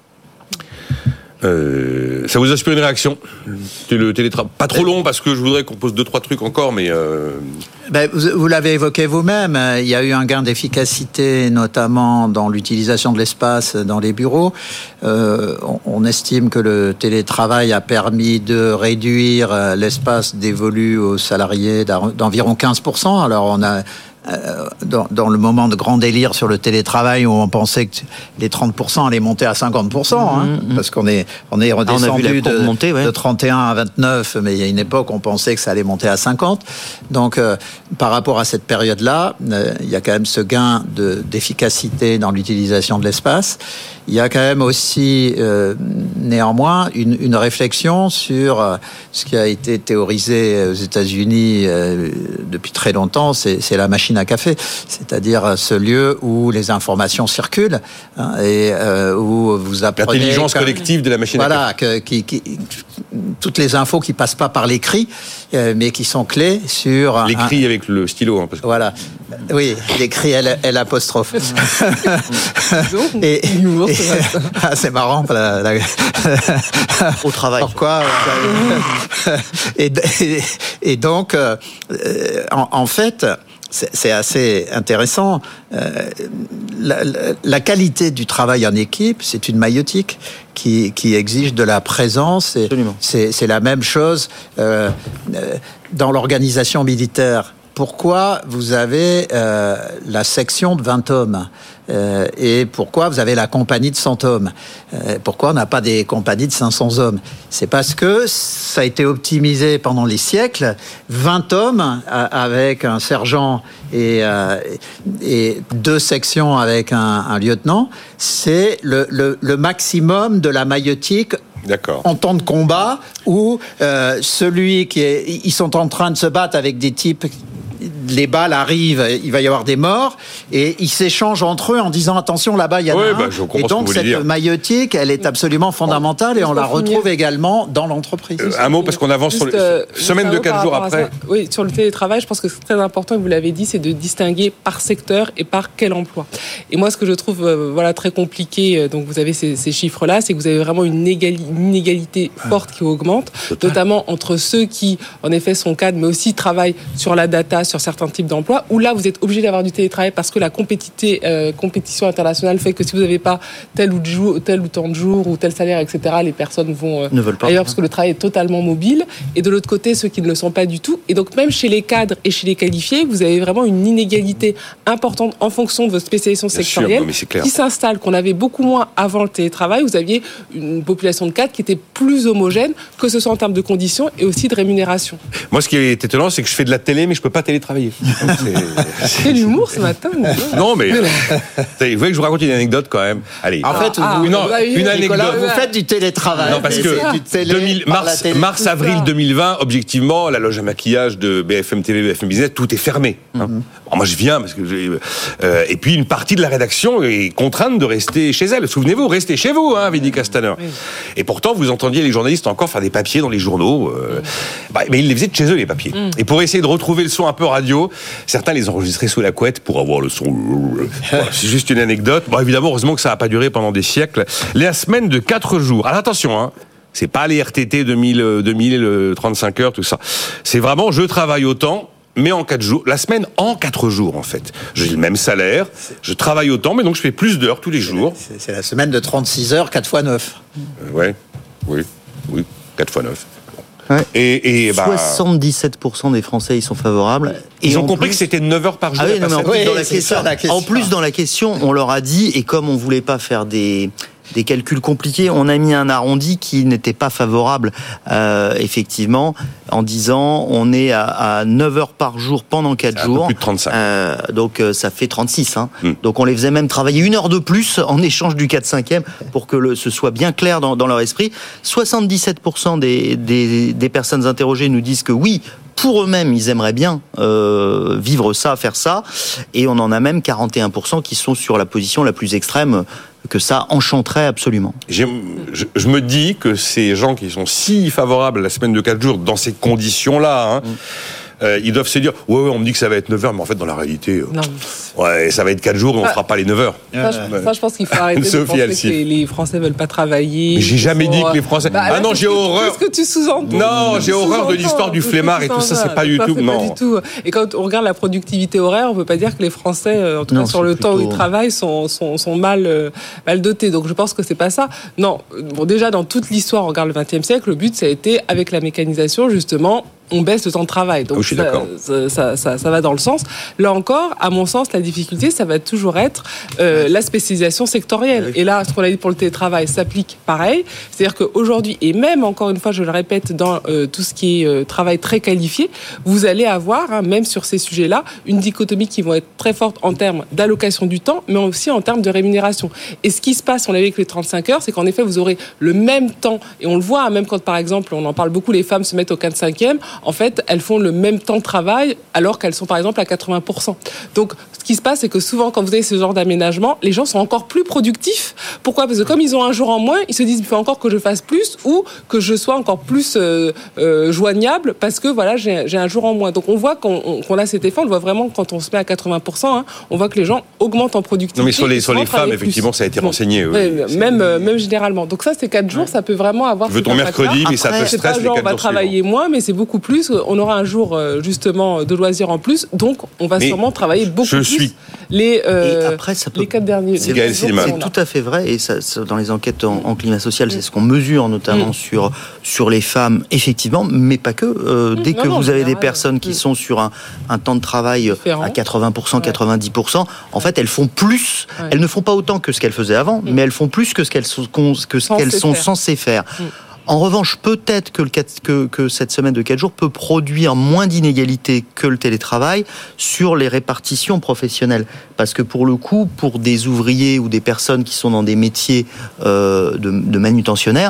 B: Ça vous inspire une réaction? Le télétravail, pas trop long parce que je voudrais qu'on pose 2-3 trucs encore, mais
C: vous l'avez évoqué vous-même, il y a eu un gain d'efficacité, notamment dans l'utilisation de l'espace dans les bureaux. On estime que le télétravail a permis de réduire l'espace dévolu aux salariés d'environ 15%. Alors on a dans le moment de grand délire sur le télétravail où on pensait que les 30% allaient monter à 50%, parce qu'on est redescendu de 31 à 29, mais il y a une époque on pensait que ça allait monter à 50. Donc par rapport à cette période-là, il y a quand même ce gain d'efficacité dans l'utilisation de l'espace. Il y a quand même aussi néanmoins une réflexion sur ce qui a été théorisé aux États-Unis depuis très longtemps, c'est la machine à café, c'est-à-dire ce lieu où les informations circulent et où vous apprenez
B: l'intelligence collective de la machine à café.
C: Toutes les infos qui passent pas par l'écrit, mais qui sont clés sur
B: l'écrit avec le stylo, parce que...
C: Voilà. Oui, l'écrit L apostrophe. C'est marrant.
E: Au travail.
C: Pourquoi et donc, en fait, c'est assez intéressant. La qualité du travail en équipe, c'est une maïeutique qui exige de la présence. C'est la même chose dans l'organisation militaire. Pourquoi vous avez la section de 20 hommes et pourquoi vous avez la compagnie de 100 hommes? Pourquoi on n'a pas des compagnies de 500 hommes? C'est parce que ça a été optimisé pendant les siècles. 20 hommes avec un sergent et 2 sections avec un lieutenant, c'est le maximum de la maïeutique.
B: D'accord.
C: En temps de combat où ils sont en train de se battre avec des types, les balles arrivent, il va y avoir des morts et ils s'échangent entre eux en disant attention là-bas il y en a un. Et donc cette maïeutique elle est absolument fondamentale et on la retrouve également dans l'entreprise.
B: Un mot parce qu'on avance sur semaine de 4 jours après.
D: Oui, sur le télétravail, je pense que c'est très important, et vous l'avez dit, c'est de distinguer par secteur et par quel emploi. Et moi ce que je trouve très compliqué, donc vous avez ces chiffres-là, c'est que vous avez vraiment une inégalité forte qui augmente, notamment entre ceux qui en effet sont cadres mais aussi travaillent sur la data, sur certains types d'emplois, où là vous êtes obligé d'avoir du télétravail parce que la compétition internationale fait que si vous n'avez pas tel ou tant de jours ou tel salaire, etc., les personnes ne veulent pas ailleurs parce que le travail est totalement mobile. Et de l'autre côté, ceux qui ne le sont pas du tout. Et donc même chez les cadres et chez les qualifiés, vous avez vraiment une inégalité importante en fonction de votre spécialisation sectorielle qui s'installe, qu'on avait beaucoup moins avant le télétravail. Vous aviez une population de cadres qui était plus homogène, que ce soit en termes de conditions et aussi de rémunération.
B: Moi, ce qui est étonnant, c'est que je fais de la télé, mais je peux pas télétravailler.
D: C'est l'humour ce matin.
B: Non, mais vous voulez que je vous raconte une anecdote quand même. Allez.
C: En fait,
B: une anecdote.
C: Vous faites du télétravail.
B: Non, parce que mars-avril 2020, objectivement, la loge à maquillage de BFM TV, BFM Business, tout est fermé. Alors moi je viens parce que et puis une partie de la rédaction est contrainte de rester chez elle. Souvenez-vous, restez chez vous, hein, Vinnie Castaner. Oui. Et pourtant vous entendiez les journalistes encore faire des papiers dans les journaux. Mais ils les faisaient de chez eux les papiers. Et pour essayer de retrouver le son un peu radio, certains les enregistraient sous la couette pour avoir le son. Voilà, c'est juste une anecdote. Bon, évidemment, heureusement que ça n'a pas duré pendant des siècles. La semaine de 4 jours. Alors attention, hein. C'est pas les RTT 2000, 35 heures, tout ça. C'est vraiment, je travaille autant, mais en 4 jours. La semaine en 4 jours, en fait. J'ai le même salaire, je travaille autant, mais donc je fais plus d'heures tous les jours.
C: C'est la semaine de 36 heures, 4 x 9.
B: Oui, 4 x 9.
E: Ouais. Et 77% des Français y sont favorables.
B: Ils ont compris que c'était 9 heures par jour.
E: Ah oui, non, mais en plus, dans la question, on leur a dit, et comme on voulait pas faire des calculs compliqués, on a mis un arrondi qui n'était pas favorable, effectivement, en disant on est à 9 heures par jour pendant 4 jours.
B: Un peu plus de 35.
E: Donc ça fait 36. Hein. Donc on les faisait même travailler 1 heure de plus en échange du 4/5e pour que ce soit bien clair dans leur esprit. 77% des personnes interrogées nous disent que oui, pour eux-mêmes, ils aimeraient bien vivre ça, faire ça. Et on en a même 41% qui sont sur la position la plus extrême, que ça enchanterait absolument.
B: Je me dis que ces gens qui sont si favorables à la semaine de 4 jours, dans ces conditions-là, ils doivent se dire ouais, on me dit que ça va être 9 heures, mais en fait, dans la réalité, ça va être 4 jours et on ne fera pas les 9 heures.
D: Ça, je pense qu'il faut arrêter de penser que les Français ne veulent pas travailler.
B: Mais j'ai jamais dit que les Français... non, j'ai horreur...
D: Qu'est-ce que tu sous-entends ?
B: Non, j'ai horreur de l'histoire du flemmard et tout ça, c'est pas du tout... Non.
D: Pas du tout. Et quand on regarde la productivité horaire, on ne peut pas dire que les Français, en tout cas sur le temps où ils travaillent, sont mal dotés. Donc je pense que c'est pas ça. Non, bon, déjà, dans toute l'histoire, on regarde le XXe siècle, le but, ça a été, avec la mécanisation, justement, on baisse le temps de travail. Donc ça va dans le sens. Là encore, à mon sens, la difficulté, ça va toujours être la spécialisation sectorielle. Et là, ce qu'on a dit pour le télétravail s'applique pareil. C'est-à-dire qu'aujourd'hui, et même encore une fois, je le répète, dans tout ce qui est travail très qualifié, vous allez avoir, même sur ces sujets-là, une dichotomie qui va être très forte en termes d'allocation du temps, mais aussi en termes de rémunération. Et ce qui se passe, on l'a vu avec les 35 heures, c'est qu'en effet, vous aurez le même temps, et on le voit, même quand, par exemple, on en parle beaucoup, les femmes se mettent au 4/5e, en fait, elles font le même temps de travail alors qu'elles sont, par exemple, à 80%. Donc, ce qui se passe, c'est que souvent, quand vous avez ce genre d'aménagement, les gens sont encore plus productifs. Pourquoi ? Parce que comme ils ont un jour en moins, ils se disent, il faut encore que je fasse plus ou que je sois encore plus joignable parce que, voilà, j'ai un jour en moins. Donc, on voit qu'on a cet effet, on le voit vraiment quand on se met à 80%, on voit que les gens augmentent en productivité.
B: Non, mais sur les femmes, effectivement, ça a été renseigné.
D: Même généralement. Donc ça, ces 4 jours, ça peut vraiment avoir...
B: Je veux ton mercredi, mais ça te stresse les 4 jours.
D: On va travailler moins, mais c'est beaucoup plus. On aura un jour, justement, de loisirs en plus. Donc, on va sûrement travailler beaucoup plus les 4 derniers jours.
E: C'est tout à fait vrai. Et ça, dans les enquêtes en climat social, c'est ce qu'on mesure, notamment sur les femmes, effectivement, mais pas que. Dès que vous avez des personnes qui sont sur un temps de travail à 80%, 90%, en fait, elles font plus. Elles ne font pas autant que ce qu'elles faisaient avant, mais elles font plus que ce qu'elles sont censées faire. En revanche, peut-être que cette semaine de 4 jours peut produire moins d'inégalités que le télétravail sur les répartitions professionnelles. Parce que pour le coup, pour des ouvriers ou des personnes qui sont dans des métiers de manutentionnaires,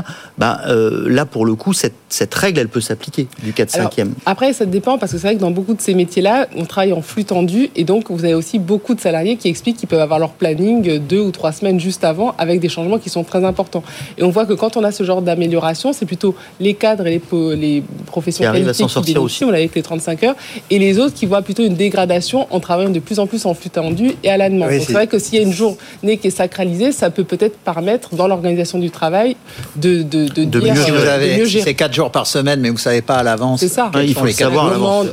E: là, pour le coup, cette règle, elle peut s'appliquer du 4/5e.
D: Après, ça dépend, parce que c'est vrai que dans beaucoup de ces métiers-là, on travaille en flux tendu, et donc vous avez aussi beaucoup de salariés qui expliquent qu'ils peuvent avoir leur planning 2 ou 3 semaines juste avant, avec des changements qui sont très importants. Et on voit que quand on a ce genre d'amélioration, c'est plutôt les cadres et les professions qualifiées qui bénéficient, on l'a avec les 35 heures, et les autres qui voient plutôt une dégradation en travaillant de plus en plus en flux tendu et à la demande. Donc c'est vrai que s'il y a une journée qui est sacralisée, ça peut peut-être permettre dans l'organisation du travail de dire,
C: si vous avez c'est 4 jours par semaine, mais vous savez pas à l'avance.
D: C'est ça.
E: Il faut le savoir à l'avance.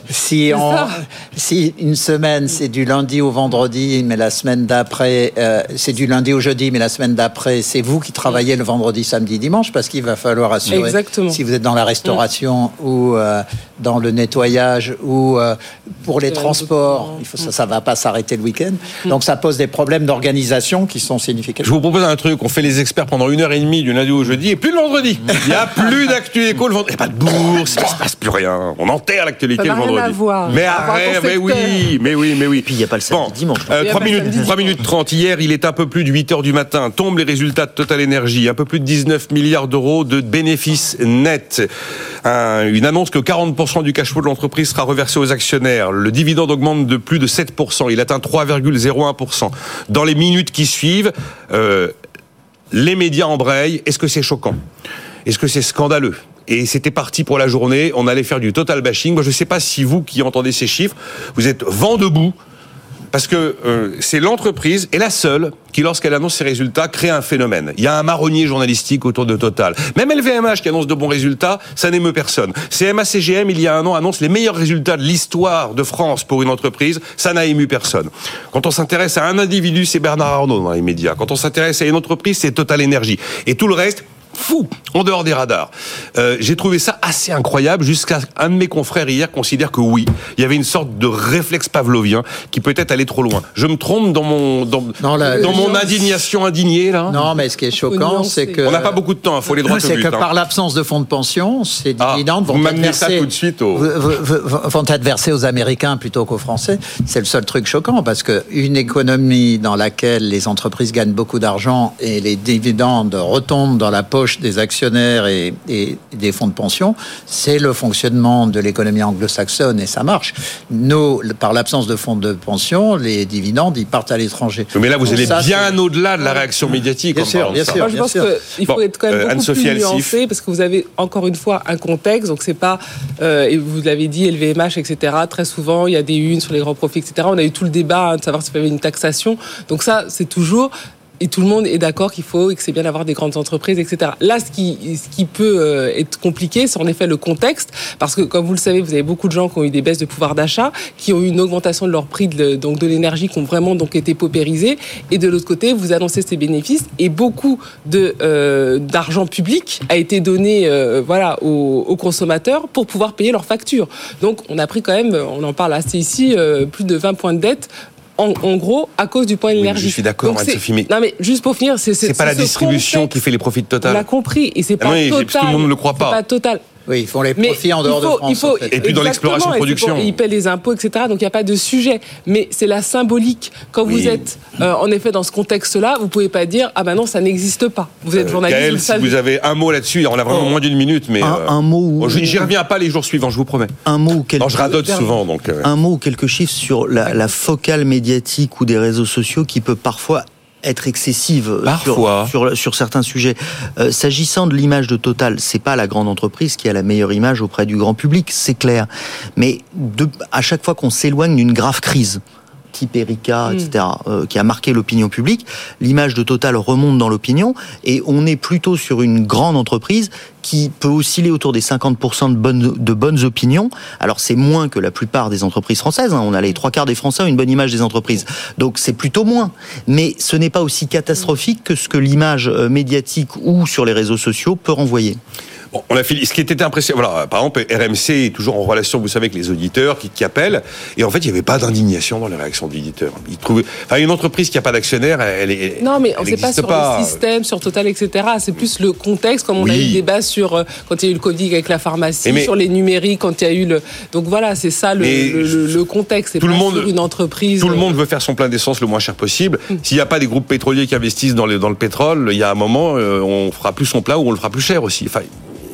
C: Si une semaine c'est du lundi au vendredi, mais la semaine d'après c'est du lundi au jeudi, mais la semaine d'après c'est vous qui travaillez le vendredi, samedi, dimanche, parce qu'il va falloir assurer.
D: Exactement.
C: Si vous êtes dans la restauration ou dans le nettoyage ou pour les transports, ça va pas s'arrêter le week-end. Donc ça pose des problèmes d'organisation qui sont significatifs.
B: Je vous propose un truc, on fait les experts pendant 1h30 du lundi au jeudi et plus le vendredi. Il n'y a plus d'actu éco le vendredi. Il n'y a pas de bourse, il ne se passe plus rien. On enterre l'actualité le vendredi.
D: Rien à voir.
B: Mais arrête, mais oui.
E: Et puis il n'y a pas le samedi dimanche.
B: 3 minutes 30. Hier, il est un peu plus de 8h du matin. Tombent les résultats de Total Energy. Un peu plus de 19 milliards d'euros de bénéfices bénéfice net. Une annonce que 40% du cash flow de l'entreprise sera reversé aux actionnaires. Le dividende augmente de plus de 7%. Il atteint 3,01%. Dans les minutes qui suivent, les médias embrayent. Est-ce que c'est choquant ? Est-ce que c'est scandaleux ? Et c'était parti pour la journée. On allait faire du total bashing. Moi, je ne sais pas si vous qui entendez ces chiffres, vous êtes vent debout. Parce que c'est l'entreprise, et la seule, qui lorsqu'elle annonce ses résultats, crée un phénomène. Il y a un marronnier journalistique autour de Total. Même LVMH qui annonce de bons résultats, ça n'émeut personne. CMA-CGM, il y a un an, annonce les meilleurs résultats de l'histoire de France pour une entreprise, ça n'a ému personne. Quand on s'intéresse à un individu, c'est Bernard Arnault dans les médias. Quand on s'intéresse à une entreprise, c'est Total Énergie. Et tout le reste, fou, en dehors des radars. J'ai trouvé ça assez incroyable jusqu'à un de mes confrères hier considère que oui, il y avait une sorte de réflexe pavlovien qui peut-être allait trop loin. Je me trompe dans mon indignation indignée là ?
C: Non, mais ce qui est choquant, c'est que
B: on n'a pas beaucoup de temps, il faut les droits au but.
C: C'est que par l'absence de fonds de pension, ces dividendes vont être versés
B: tout de suite
C: vont être versés aux Américains plutôt qu'aux Français. C'est le seul truc choquant parce que une économie dans laquelle les entreprises gagnent beaucoup d'argent et les dividendes retombent dans la poche des actionnaires et des fonds de pension, c'est le fonctionnement de l'économie anglo-saxonne et ça marche. Nous, par l'absence de fonds de pension, les dividendes, ils partent à l'étranger.
B: Mais là, vous allez bien au-delà de la réaction médiatique.
C: Bien sûr.
D: Moi, je pense qu'il faut être quand même beaucoup plus nuancé parce que vous avez encore une fois un contexte. Donc c'est pas, et vous l'avez dit, LVMH, etc. Très souvent, il y a des unes sur les grands profits, etc. On a eu tout le débat de savoir s'il y avait une taxation. Donc ça, c'est toujours. Et tout le monde est d'accord qu'il faut et que c'est bien d'avoir des grandes entreprises, etc. Là, ce qui peut être compliqué, c'est en effet le contexte, parce que comme vous le savez, vous avez beaucoup de gens qui ont eu des baisses de pouvoir d'achat, qui ont eu une augmentation de leur prix de l'énergie, qui ont vraiment donc été paupérisés. Et de l'autre côté, vous annoncez ces bénéfices et beaucoup d'argent public a été donné, aux consommateurs pour pouvoir payer leurs factures. Donc, on a pris quand même, on en parle assez ici, plus de 20 points de dette. En gros, à cause du point de l'énergie.
B: Je suis d'accord, Anne-Sophie, mais...
D: Non, mais juste pour finir, c'est
B: pas la distribution qui fait les profits de Total.
D: On l'a compris, et c'est pas Total.
B: Tout le monde ne le croit pas.
D: C'est pas Total.
C: Oui, ils font les profits en dehors de France.
B: Et puis dans l'exploration-production.
D: Ils paient les impôts, etc. Donc il n'y a pas de sujet. Mais c'est la symbolique. Quand vous êtes, en effet, dans ce contexte-là, vous ne pouvez pas dire « Ah ben non, ça n'existe pas ». Vous êtes journaliste,
B: Gaël, si vous avez un mot là-dessus, on a vraiment moins d'une minute, mais...
E: Un mot...
B: J'y reviens pas les jours suivants, je vous promets.
E: Un mot ou quelques...
B: Non, je radote souvent, donc...
E: Un mot ou quelques chiffres sur la focale médiatique ou des réseaux sociaux qui peut parfois être excessive sur certains sujets. S'agissant de l'image de Total, c'est pas la grande entreprise qui a la meilleure image auprès du grand public, c'est clair. Mais à chaque fois qu'on s'éloigne d'une grave crise, type Erika, etc., qui a marqué l'opinion publique, l'image de Total remonte dans l'opinion et on est plutôt sur une grande entreprise qui peut osciller autour des 50% de bonnes opinions. Alors c'est moins que la plupart des entreprises françaises. On a les 3/4 des Français ont une bonne image des entreprises. Donc c'est plutôt moins. Mais ce n'est pas aussi catastrophique que ce que l'image médiatique ou sur les réseaux sociaux peut renvoyer.
B: Bon, on a fait ce qui était impressionnant. Voilà, par exemple, RMC est toujours en relation, vous savez, avec les auditeurs qui appellent. Et en fait, il n'y avait pas d'indignation dans les réactions de l'éditeur. Ils trouvaient, une entreprise qui n'a pas d'actionnaire,
D: non, mais on ne sait pas sur le système, sur Total, etc. C'est plus le contexte, comme on a eu le débat sur quand il y a eu le Covid avec la pharmacie, sur les numériques, quand il y a eu le. Donc voilà, c'est ça le contexte. C'est tout pas le monde, sur une entreprise.
B: Tout le monde veut faire son plein d'essence le moins cher possible. S'il n'y a pas des groupes pétroliers qui investissent dans le pétrole, il y a un moment, on fera plus son plein ou on le fera plus cher aussi. Enfin.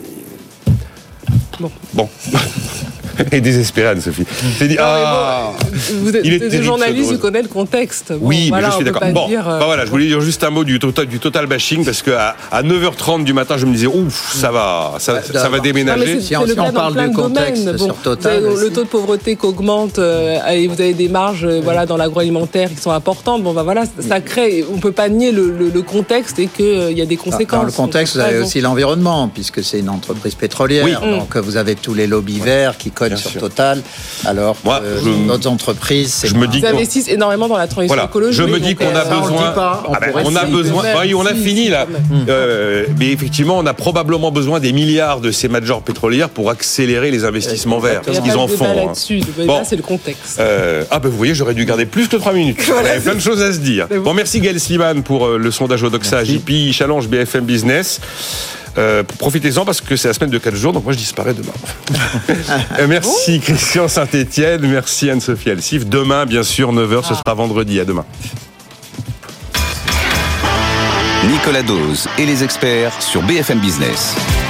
B: Bon. Et désespérée, Anne-Sophie.
D: Vous êtes journaliste, vous connaissez le contexte.
B: Oui, mais je suis d'accord. Je voulais dire juste un mot du total bashing parce que à 9h30 du matin, je me disais ça va déménager.
C: Si on parle du contexte sur Total,
D: le taux de pauvreté qu'augmente, et vous avez des marges dans l'agroalimentaire qui sont importantes. Ça crée. On peut pas nier le contexte et qu'il y a des conséquences.
C: Dans le contexte, vous avez aussi l'environnement puisque c'est une entreprise pétrolière. Donc vous avez tous les lobbies verts qui collent sur Total. Alors, notre entreprise, c'est
D: ils investissent énormément dans la transition écologique.
B: Je me dis qu'on a besoin. On a fini là. Mais effectivement, on a probablement besoin des milliards de ces majors pétrolières pour accélérer les investissements verts. Parce qu'ils en font.
D: Là, c'est le contexte.
B: Vous voyez, j'aurais dû garder plus que 3 minutes. Il y avait plein de choses à se dire. Bon, merci Gaël Sliman pour le sondage Odoxa, JP Challenge BFM Business. Profitez-en parce que c'est la semaine de 4 jours, donc moi je disparais demain. Merci Christian Saint-Etienne, merci Anne-Sophie Alsif. Demain, bien sûr, 9h, ce sera vendredi. À demain.
A: Nicolas Dose et les experts sur BFM Business.